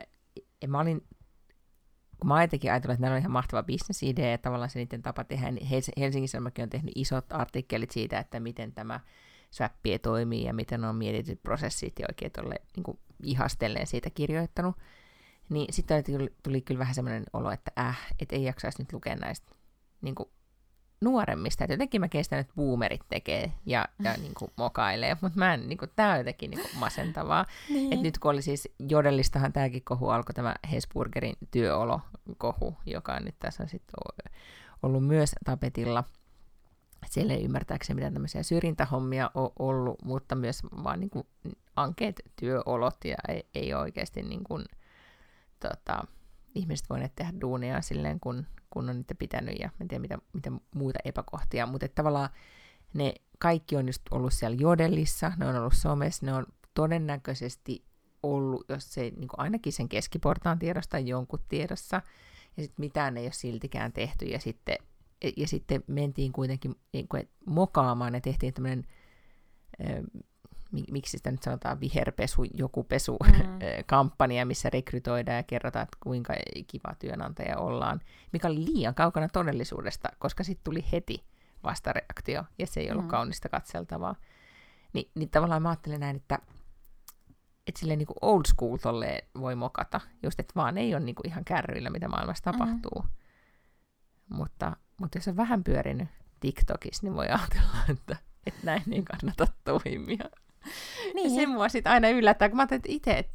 kun mä jotenkin ajatellut, että näillä on ihan mahtava bisnesidea ja tavallaan se niiden tapa tehdä, niin Helsingissä mäkin on tehnyt isot artikkelit siitä, että miten tämä Swappie toimii ja miten on mietitty prosessit ja oikein tolle niin ihastelleen siitä kirjoittanut, niin sitten tuli kyllä vähän semmoinen olo, että ei jaksaisi nyt lukea näistä niin kuin nuoremmista, että jotenkin mä keistän, että boomerit tekee ja niin kuin mokailee, mutta mä en, niin kuin, tää on jotenkin niin kuin masentavaa. Niin. Että nyt kun oli siis Jodellistahan tämäkin kohu alkoi, tämä Hesburgerin työolokohu, joka on nyt tässä on sitten ollut myös tapetilla. Siellä ei ymmärtääkseni mitään tämmöisiä syrjintähommia ole ollut, mutta myös vaan niin kuin ankeet työolot ja ei oikeasti niin kuin, ihmiset voineet tehdä duunia silleen, kun on niitä pitänyt ja en tiedä mitä muita epäkohtia, mutta tavallaan ne kaikki on just ollut siellä Jodellissa, ne on ollut somessa, ne on todennäköisesti ollut, jos se niin kuin ainakin sen keskiportaan tiedossa tai jonkun tiedossa, ja sitten mitään ei ole siltikään tehty, ja sitten mentiin kuitenkin niin kuin mokaamaan, ja tehtiin tämmöinen, miksi sitä nyt sanotaan, viherpesu, joku pesu-kampanja, missä rekrytoidaan ja kerrotaan, että kuinka kiva työnantaja ollaan, mikä oli liian kaukana todellisuudesta, koska sitten tuli heti vastareaktio, ja se ei ollut kaunista katseltavaa. Niin tavallaan mä ajattelen näin, että silleen niin kuin old school tolleen voi mokata, just että vaan ei ole niin kuin ihan kärryillä, mitä maailmassa tapahtuu. Mutta jos on vähän pyörinyt TikTokissa, niin voi ajatella, että näin ei kannata toimia. Niin. Ja se mua sitten aina yllättää, kun mä ajattelin itse,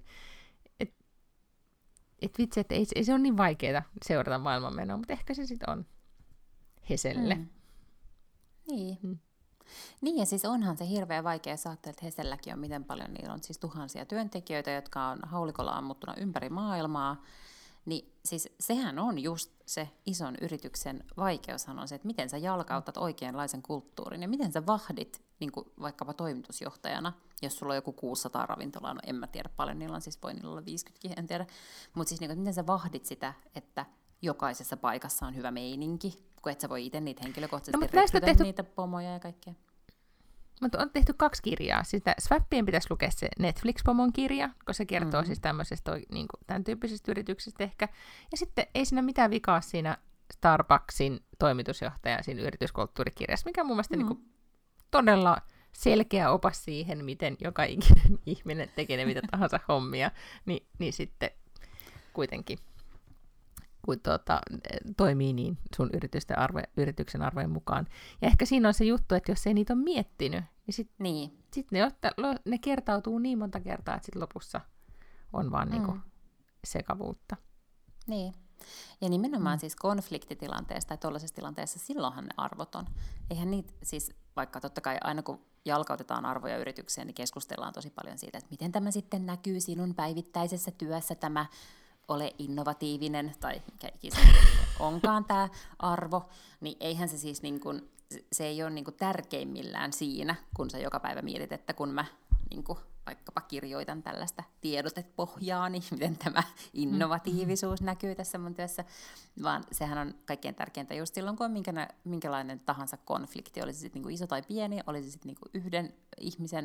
että vitsi, että ei se ole niin vaikeaa seurata maailmanmenoa, mutta ehkä se sitten on Heselle. Niin. Niin, ja siis onhan se hirveän vaikea saattaa, että Heselläkin on miten paljon, niillä on siis tuhansia työntekijöitä, jotka on haulikolla ammuttuna ympäri maailmaa. Niin siis sehän on just se ison yrityksen vaikeushan on se, että miten sä jalkautat oikeanlaisen kulttuurin ja miten sä vahdit niin kuin vaikkapa toimitusjohtajana, jos sulla on joku 600 ravintolaa, no en mä tiedä paljon, niillä on siis voi niillä olla 50, en tiedä, mutta siis niin kuin, miten sä vahdit sitä, että jokaisessa paikassa on hyvä meininki, kun et sä voi itse niitä henkilökohtaisesti rekrytä niitä pomoja ja kaikkea. Mutta on tehty 2 kirjaa. Sitä Swappien pitäisi lukea se Netflix-pomon kirja, koska se kertoo siis tämmöisestä niin kuin, tämän tyyppisistä yrityksistä ehkä. Ja sitten ei siinä mitään vikaa siinä Starbucksin toimitusjohtajan siinä yrityskulttuurikirjassa, mikä on mun mielestä niin kuin, todella selkeä opas siihen, miten joka ikinen ihminen tekee ne mitä tahansa hommia, niin sitten kuitenkin kun toimii niin sun yrityksen arvojen mukaan. Ja ehkä siinä on se juttu, että jos ei niitä ole miettinyt, niin sitten ne kertautuu niin monta kertaa, että sitten lopussa on vaan niinku sekavuutta. Niin. Ja nimenomaan siis konfliktitilanteessa tai tuollaisessa tilanteessa silloinhan ne arvot on. Eihän niitä siis, vaikka totta kai aina kun jalkautetaan arvoja yritykseen, niin keskustellaan tosi paljon siitä, että miten tämä sitten näkyy sinun päivittäisessä työssä, tämä ole innovatiivinen, tai mikä ikinä onkaan tämä arvo, niin eihän se siis niin kuin, se ei ole niin kuin tärkeimmillään siinä, kun sä joka päivä mietit, että kun mä niin kuin vaikkapa kirjoitan tällaista tiedotepohjaa, niin miten tämä innovatiivisuus näkyy tässä mun työssä, vaan sehän on kaikkein tärkeintä just silloin, kun on minkälainen tahansa konflikti, olisi se sitten niin kuin iso tai pieni, olisi se sitten niin kuin yhden ihmisen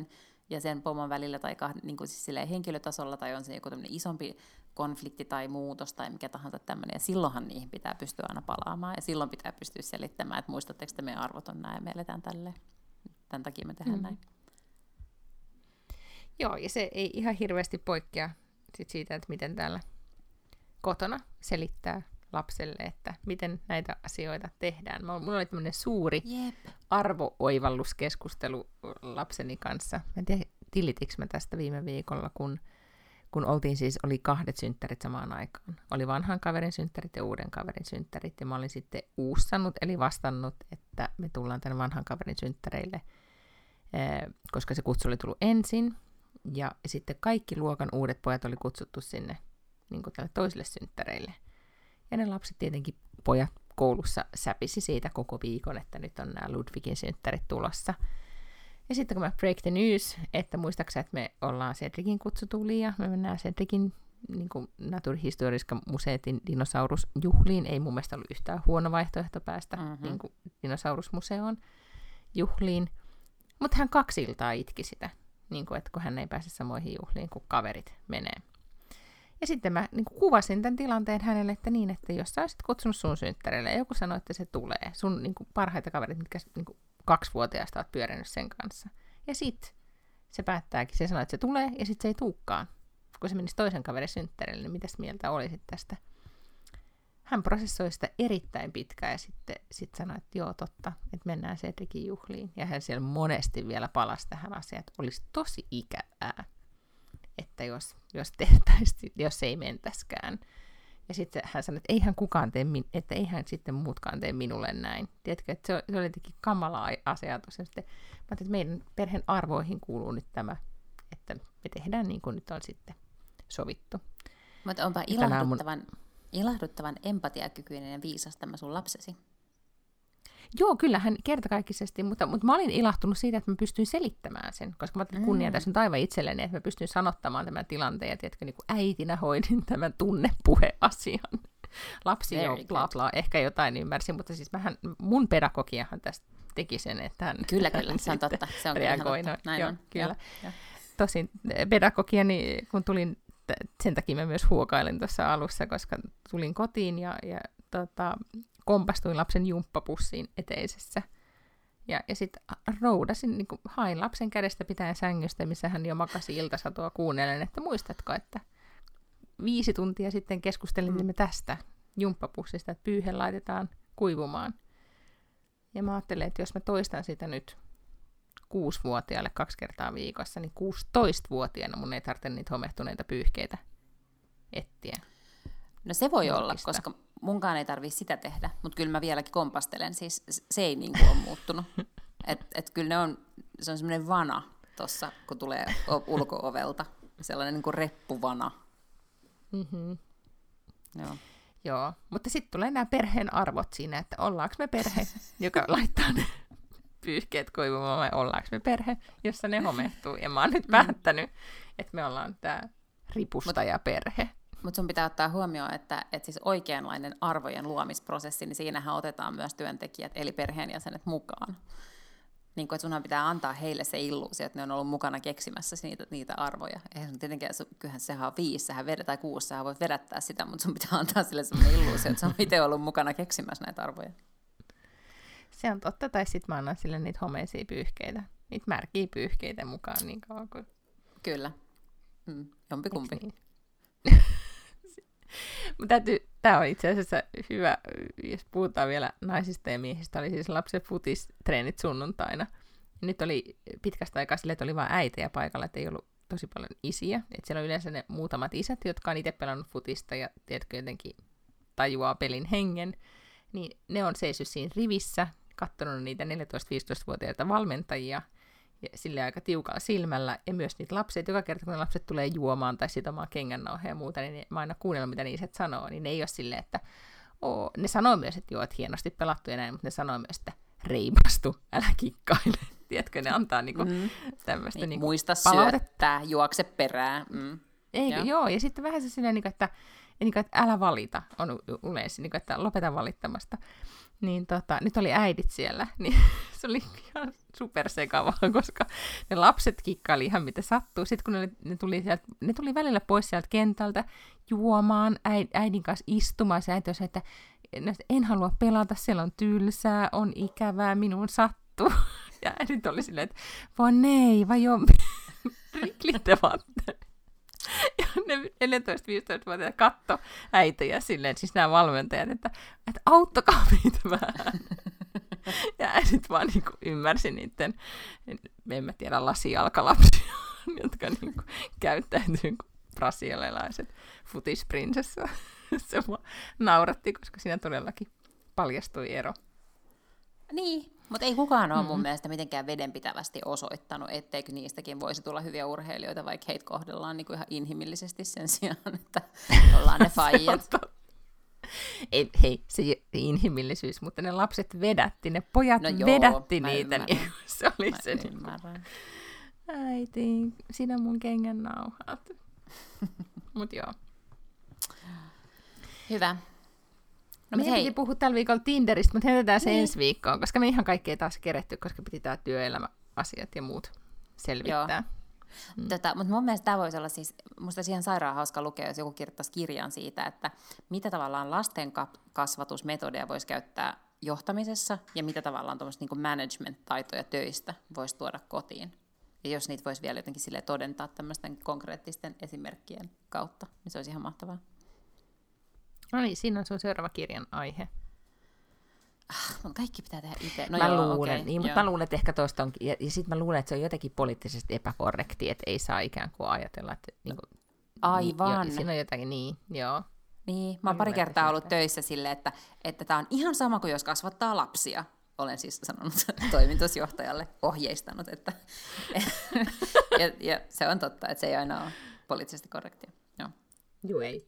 ja sen pomon välillä, tai niin kuin siis henkilötasolla, tai on se joku tämmöinen isompi konflikti tai muutos, tai mikä tahansa tämmöinen, ja silloinhan niihin pitää pystyä aina palaamaan, ja silloin pitää pystyä selittämään, että muistatteko, että meidän arvot on näin, ja me eletään tälleen. Tämän takia me tehdään näin. Joo, ja se ei ihan hirveästi poikkea siitä, että miten täällä kotona selittää lapselle, että miten näitä asioita tehdään. Mulla oli tämmöinen suuri arvo-oivalluskeskustelu lapseni kanssa. Mä en tiedä, tilitikö mä tästä viime viikolla, kun oli 2 synttärit samaan aikaan. Oli vanhan kaverin synttärit ja uuden kaverin synttärit, ja mä olin sitten uussannut, eli vastannut, että me tullaan tänne vanhan kaverin synttäreille, koska se kutsu oli tullut ensin, ja sitten kaikki luokan uudet pojat oli kutsuttu sinne niin kuin tälle toiselle synttäreille. Ja ne lapset tietenkin, pojat koulussa säpisi siitä koko viikon, että nyt on nämä Ludwigin synttärit tulossa. Ja sitten kun mä break the news, että muistaaksä, että me ollaan Cedricin kutsutulia, me mennään Cedricin niin Naturhistoriska museetin dinosaurusjuhliin. Ei mun mielestä ollut yhtään huono vaihtoehto päästä niin kuin dinosaurusmuseoon juhliin. Mutta hän 2 iltaa itki sitä, niin kuin, että kun hän ei pääse samoihin juhliin, kun kaverit menee. Ja sitten mä niin kuin kuvasin tämän tilanteen hänelle, että niin, että jos sä olisit kutsunut sun synttärille ja joku sanoi, että se tulee, sun niin kuin parhaita kaverit, mitkä niin kuin 2-vuotiaasta oot pyörinyt sen kanssa. Ja sitten se päättääkin, se sanoo, että se tulee ja sitten se ei tuukaan. Kun se menisi toisen kaverin synttärille, niin mitäs mieltä olisit tästä? Hän prosessoi sitä erittäin pitkään ja sitten sanoi, että joo totta, että mennään Cedricin juhliin. Ja hän siellä monesti vielä palasi tähän asiaan, että olisi tosi ikävää, että jos tehtäisiin, jos ei mentäskään. Ja sitten hän sanoi, että eihän kukaan tee, että eihän sitten muutkaan tee minulle näin. Tiedätkö, että se oli jotenkin kamala ajatus. Ja sitten mä ajattelin, että meidän perheen arvoihin kuuluu nyt tämä, että me tehdään niin kuin nyt on sitten sovittu. Mutta onpa ilahduttavan empatiakykyinen ja viisas tämä sun lapsesi. Joo, kyllähän kertakaikkisesti, mutta mä olin ilahtunut siitä, että mä pystyin selittämään sen, koska mä ajattelin kunnia tässä nyt aivan itselleni, että mä pystyn sanottamaan tämän tilanteen, ja tiedätkö, niin kuin äitinä hoidin tämän tunnepuheasian. Lapsi jo bla bla, ehkä jotain ymmärsi, mutta siis mun pedagogiahan tästä teki sen, että hän Kyllä, se on totta. Se on reagoi. Näin joo, on. Kyllä. Ja. Tosin pedagogiani, kun tulin, sen takia mä myös huokailin tuossa alussa, koska tulin kotiin ja kompastuin lapsen jumppapussiin eteisessä. Ja sitten roudasin, niin hain lapsen kädestä pitäen sängystä, missä hän jo makasi iltasatoa kuunnellen, että muistatko, että 5 tuntia sitten keskustelimme tästä jumppapussista, että pyyhe laitetaan kuivumaan. Ja mä ajattelin, että jos mä toistan sitä nyt 6-vuotiaalle 2 kertaa viikossa, niin 16-vuotiaana mun ei tarvitse niitä homehtuneita pyyhkeitä etsiä. No se voi olla, koska munkaan ei tarvitse sitä tehdä, mutta kyllä mä vieläkin kompastelen, siis se ei niin kuin ole muuttunut. Kyllä se on semmoinen vana tuossa, kun tulee ulko-ovelta, sellainen niin kuin reppuvana. Mm-hmm. Joo. Joo, mutta sitten tulee nämä perheen arvot siinä, että ollaanko me perhe, joka laittaa ne pyyhkeet koivumaan, vai ollaanko me perhe, jossa ne homehtuu. Ja mä oon nyt päättänyt, että me ollaan tämä ripustajaperhe. Mutta sun pitää ottaa huomioon, että siis oikeanlainen arvojen luomisprosessi, niin siinähän otetaan myös työntekijät, eli perheenjäsenet mukaan. Niin kuin, että sunhan pitää antaa heille se illuusio, että ne on ollut mukana keksimässä niitä arvoja. Eihän tietenkään, kyllähän sehän on 5, tai 6, sähän voit vedättää sitä, mutta sun pitää antaa sille sellainen illuusio, että sä on itse ollut mukana keksimässä näitä arvoja. Se on totta, tai sitten mä annan sille niitä homeisia pyyhkeitä, niitä märkiä pyyhkeitä mukaan niin kauan kuin... Kyllä, jompikumpi. Niin? Tämä on itse asiassa hyvä, jos puhutaan vielä naisista ja miehistä, oli siis lapsen futistreenit sunnuntaina. Ja nyt oli pitkästä aikaa sille, että oli vain äitejä paikalla, että ei ollut tosi paljon isiä. Että siellä on yleensä ne muutamat isät, jotka on itse pelannut futista ja tiedätkö jotenkin tajuaa pelin hengen. Niin ne on seissyt siinä rivissä, katsonut niitä 14-15-vuotiaita valmentajia ja sille aika tiukalla silmällä, ja myös niitä lapsia, joka kerta kun ne lapset tulee juomaan tai sitomaan kengännauhea ja muuta, niin mä aina kuunnella, mitä ne isät sanoo, niin ne ei ole silleen, että ne sanoo myös, että joo, että hienosti pelattu ja näin, mutta ne sanoo myös, että reipastu, älä kikkaile. Tiedätkö, ne antaa niinku tämmöistä niin, niinku muista syöttää, juokse perään. Joo, ja sitten vähän se silleen, että niin kuin, että älä valita, on yleensä, niin kuin, että lopeta valittamasta. Niin nyt oli äidit siellä, niin se oli ihan supersekavaa, koska ne lapset kikkaili ihan mitä sattuu. Sitten kun ne tuli välillä pois sieltä kentältä juomaan, äidin kanssa istumaan, se äiti oli, että en halua pelata, siellä on tylsää, on ikävää, minuun sattuu. Ja äidit oli silleen, että vaan nej, vad jobbigt, lite vatten. Ja ne 14-15-vuotiaat katto äitejä silleen, siis nämä valmentajat, että auttakaa meitä vähän. Ja äidit vaan niin kuin ymmärsi niiden, en mä tiedä, lasijalkalapsia, jotka niin kuin käyttäytyy kuin brasilialaiset futisprinsessa. Se mua nauratti, koska siinä todellakin paljastui ero. Niin, mutta ei kukaan ole mun mielestä mitenkään vedenpitävästi osoittanut, etteikö niistäkin voisi tulla hyviä urheilijoita, vaikka heitä kohdellaan niin kuin ihan inhimillisesti sen sijaan, että ollaan ne faijat. Hei, se inhimillisyys, mutta ne lapset vedätti, ne pojat vedätti niitä. Niin se oli se. Äiti, sinä mun kengän nauhat. Mut joo. Hyvä. No, meidän piti puhua tällä viikolla Tinderistä, mutta jätetään se ensi viikkoon, koska me ihan kaikkea taas keretty, koska piti tää työelämäasiat ja muut selvittää. Mutta mun mielestä tämä voisi olla siis, musta ihan sairaan hauska lukea, jos joku kirjoittaisi kirjan siitä, että mitä tavallaan lasten kasvatusmetodeja voisi käyttää johtamisessa ja mitä tavallaan tuommoista niin management-taitoja töistä voisi tuoda kotiin. Ja jos niitä voisi vielä jotenkin silleen todentaa tämmöisten konkreettisten esimerkkien kautta, niin se olisi ihan mahtavaa. No niin, siinä on sun seuraava kirjan aihe. Kaikki pitää tehdä itse. No mä luulen, että ehkä toista on, ja sitten mä luulen, että se on jotenkin poliittisesti epäkorrekti, että ei saa ikään kuin ajatella, että niin kuin, aivan. Siinä on jotakin, joo. Niin, mä oon pari kertaa ollut töissä silleen, että tää on ihan sama kuin jos kasvattaa lapsia. Olen siis sanonut toimitusjohtajalle, ohjeistanut, että ja se on totta, että se ei aina ole poliittisesti korrektia. Joo, ei.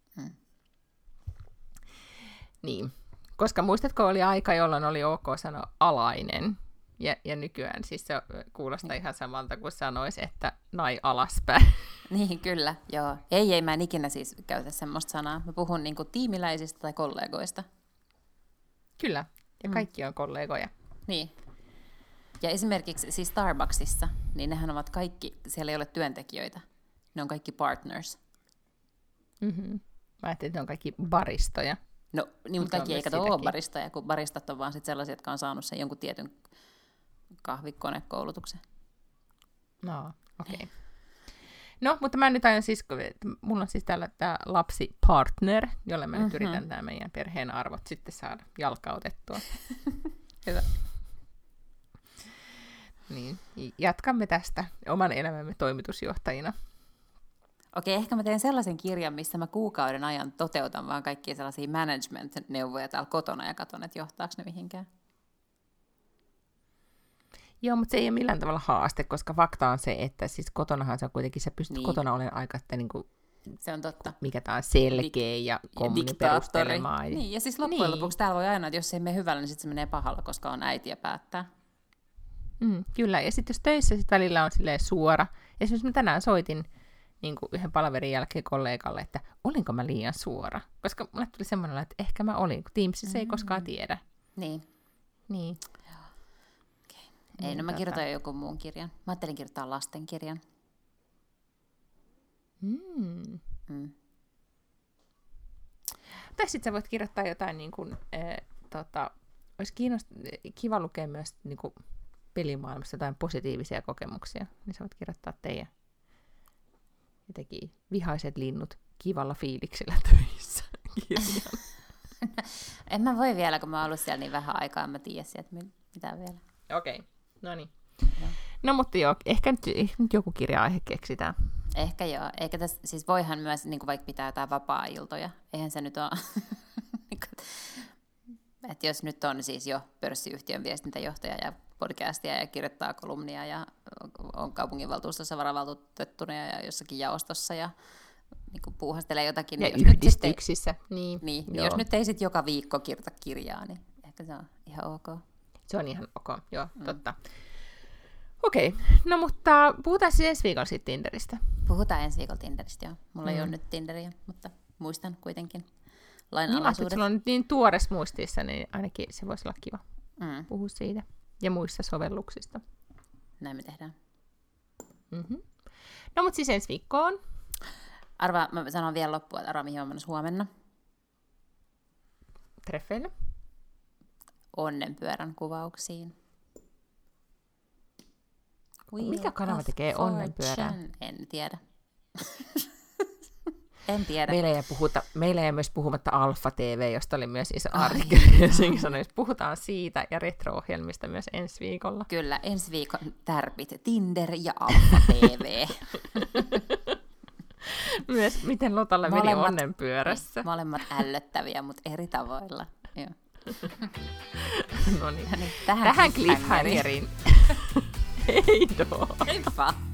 Niin, koska muistatko, oli aika, jolloin oli ok sanoa alainen, ja nykyään siis se kuulostaa ihan samalta kuin sanoisi, että nai alaspäin. Niin, kyllä, joo. Ei, mä en ikinä siis käytä semmoista sanaa. Mä puhun niinku tiimiläisistä tai kollegoista. Kyllä, ja kaikki on kollegoja. Niin. Ja esimerkiksi siis Starbucksissa, niin nehän ovat kaikki, siellä ei ole työntekijöitä. Ne on kaikki partners. Mm-hmm. Mä ajattelin, että ne on kaikki baristoja. No, niin, mutta kaikki eikä ole baristoja, kun baristat on vaan sit sellaisia, jotka on saanut sen jonkun tietyn kahvikonekoulutuksen. No, okei. Okay. No, mutta mä nyt aion siis, mulla on siis täällä tämä lapsipartner, jolle mä nyt yritän nämä meidän perheen arvot sitten saada jalkautettua. Hyvä. Niin, jatkamme tästä oman elämämme toimitusjohtajina. Okei, ehkä mä teen sellaisen kirjan, missä mä kuukauden ajan toteutan vaan kaikkia sellaisia management-neuvoja täällä kotona ja katson, että johtaako ne mihinkään. Joo, mutta se ei ole millään tavalla haaste, koska fakta on se, että siis kotonahan se on kuitenkin, sä pystyt kotona olemaan aika, että niinku, se on totta. Mikä tää on selkeä ja perustelemaan. Niin, ja siis loppujen lopuksi täällä voi aina, että jos se ei mene hyvällä, niin sitten se menee pahalla, koska on äiti ja päättää. Kyllä, ja sitten jos töissä sit välillä on silleen suora, esimerkiksi mä tänään soitin niin kuin yhden palaverin jälkeen kollegalle, että olinko mä liian suora, koska mulle tuli semmoinen, että ehkä mä olin, kun Teamsissa ei koskaan tiedä. Niin. Okay. Ei, no mä kirjoitan joku muun kirjan. Mä ajattelin kirjoittaa lastenkirjan. Tai sitten sä voit kirjoittaa jotain, niin kuin, olisi kiva lukea myös niin kuin pelimaailmassa jotain positiivisia kokemuksia, niin sä voit kirjoittaa teidän jotenkin vihaiset linnut kivalla fiiliksellä töissä kirjan. En mä voi vielä, kun mä oon ollut siellä niin vähän aikaa, en mä tiedä sieltä mitään vielä. Okei, no niin. No mutta joo, ehkä nyt joku kirja-aihe keksitään. Ehkä joo, eikä tässä, siis voihan myös niin kuin vaikka pitää jotain vapaa-iltoja, eihän se nyt ole, että jos nyt on siis jo pörssiyhtiön viestintäjohtaja ja podcastia ja kirjoittaa kolumnia ja on kaupunginvaltuustossa varavaltuutettuna ja jossakin jaostossa ja niin kuin puuhastelee jotakin. Ja niin yhdistyksissä. Jos nyt ei sit joka viikko kirjoita kirjaa, niin ehkä se on ihan ok. Se on ihan ok, joo, totta. Okei, no mutta puhutaan siis ensi viikolla siitä Tinderistä. Puhutaan ensi viikolla Tinderistä, joo. Mulla ei ole nyt Tinderiä, mutta muistan kuitenkin Niin, lainalaisuudet. sulla on nyt niin tuores muistissa, niin ainakin se voisi olla kiva puhua siitä. Ja muissa sovelluksista. Näin me tehdään. Mm-hmm. No, mutta siis ensi viikkoon. Arvaa, mä sanon vielä loppuun, että arvaa, mihin on menossa huomenna. Treffeille. Onnenpyörän kuvauksiin. Mikä kanava tekee onnenpyörää? En tiedä. En tiedä. Meillä ei myös puhumatta Alfa TV, josta oli myös iso artikkeli. Puhutaan siitä ja retro-ohjelmista myös ensi viikolla. Kyllä, ensi viikon tärpit. Tinder ja Alfa TV. Myös miten Lotalla meni onnenpyörässä. Molemmat ällöttäviä, mutta eri tavoilla. Joo. No niin. Tähän cliffhangeriin. Heidoo. Heippa.